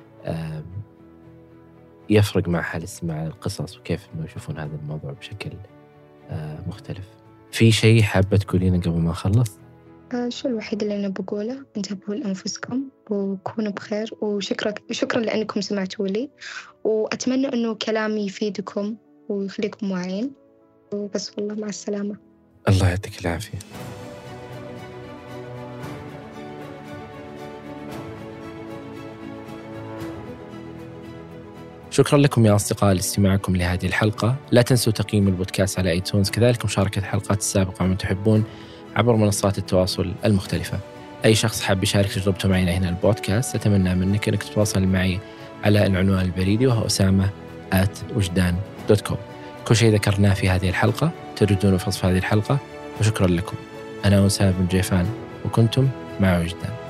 يفرق معها الاستماع للقصص وكيف إنه يشوفون هذا الموضوع بشكل مختلف. في شيء حابة تقولينه قبل ما نخلص؟ شو الوحيد اللي أنا بقوله، انتبهوا لأنفسكم وكونوا بخير، وشكرا شكرا لأنكم سمعتوا لي، وأتمنى أنه كلامي يفيدكم ويخليكم واعين. وبس والله مع السلامة. الله يعطيك العافية. شكرا لكم يا أصدقاء لاستماعكم لهذه الحلقة. لا تنسوا تقييم البودكاست على ايتونز، كذلك مشاركة الحلقات السابقة من تحبون عبر منصات التواصل المختلفة. أي شخص حاب يشارك تجربته معنا هنا البودكاست أتمنى منك أنك تتواصل معي على العنوان البريدي وهو أسامة آت وجدان دوت كوم. كل شيء ذكرناه في هذه الحلقة تجدونه في وصف هذه الحلقة. وشكرا لكم. أنا أسامة بن جيفان وكنتم مع وجدان.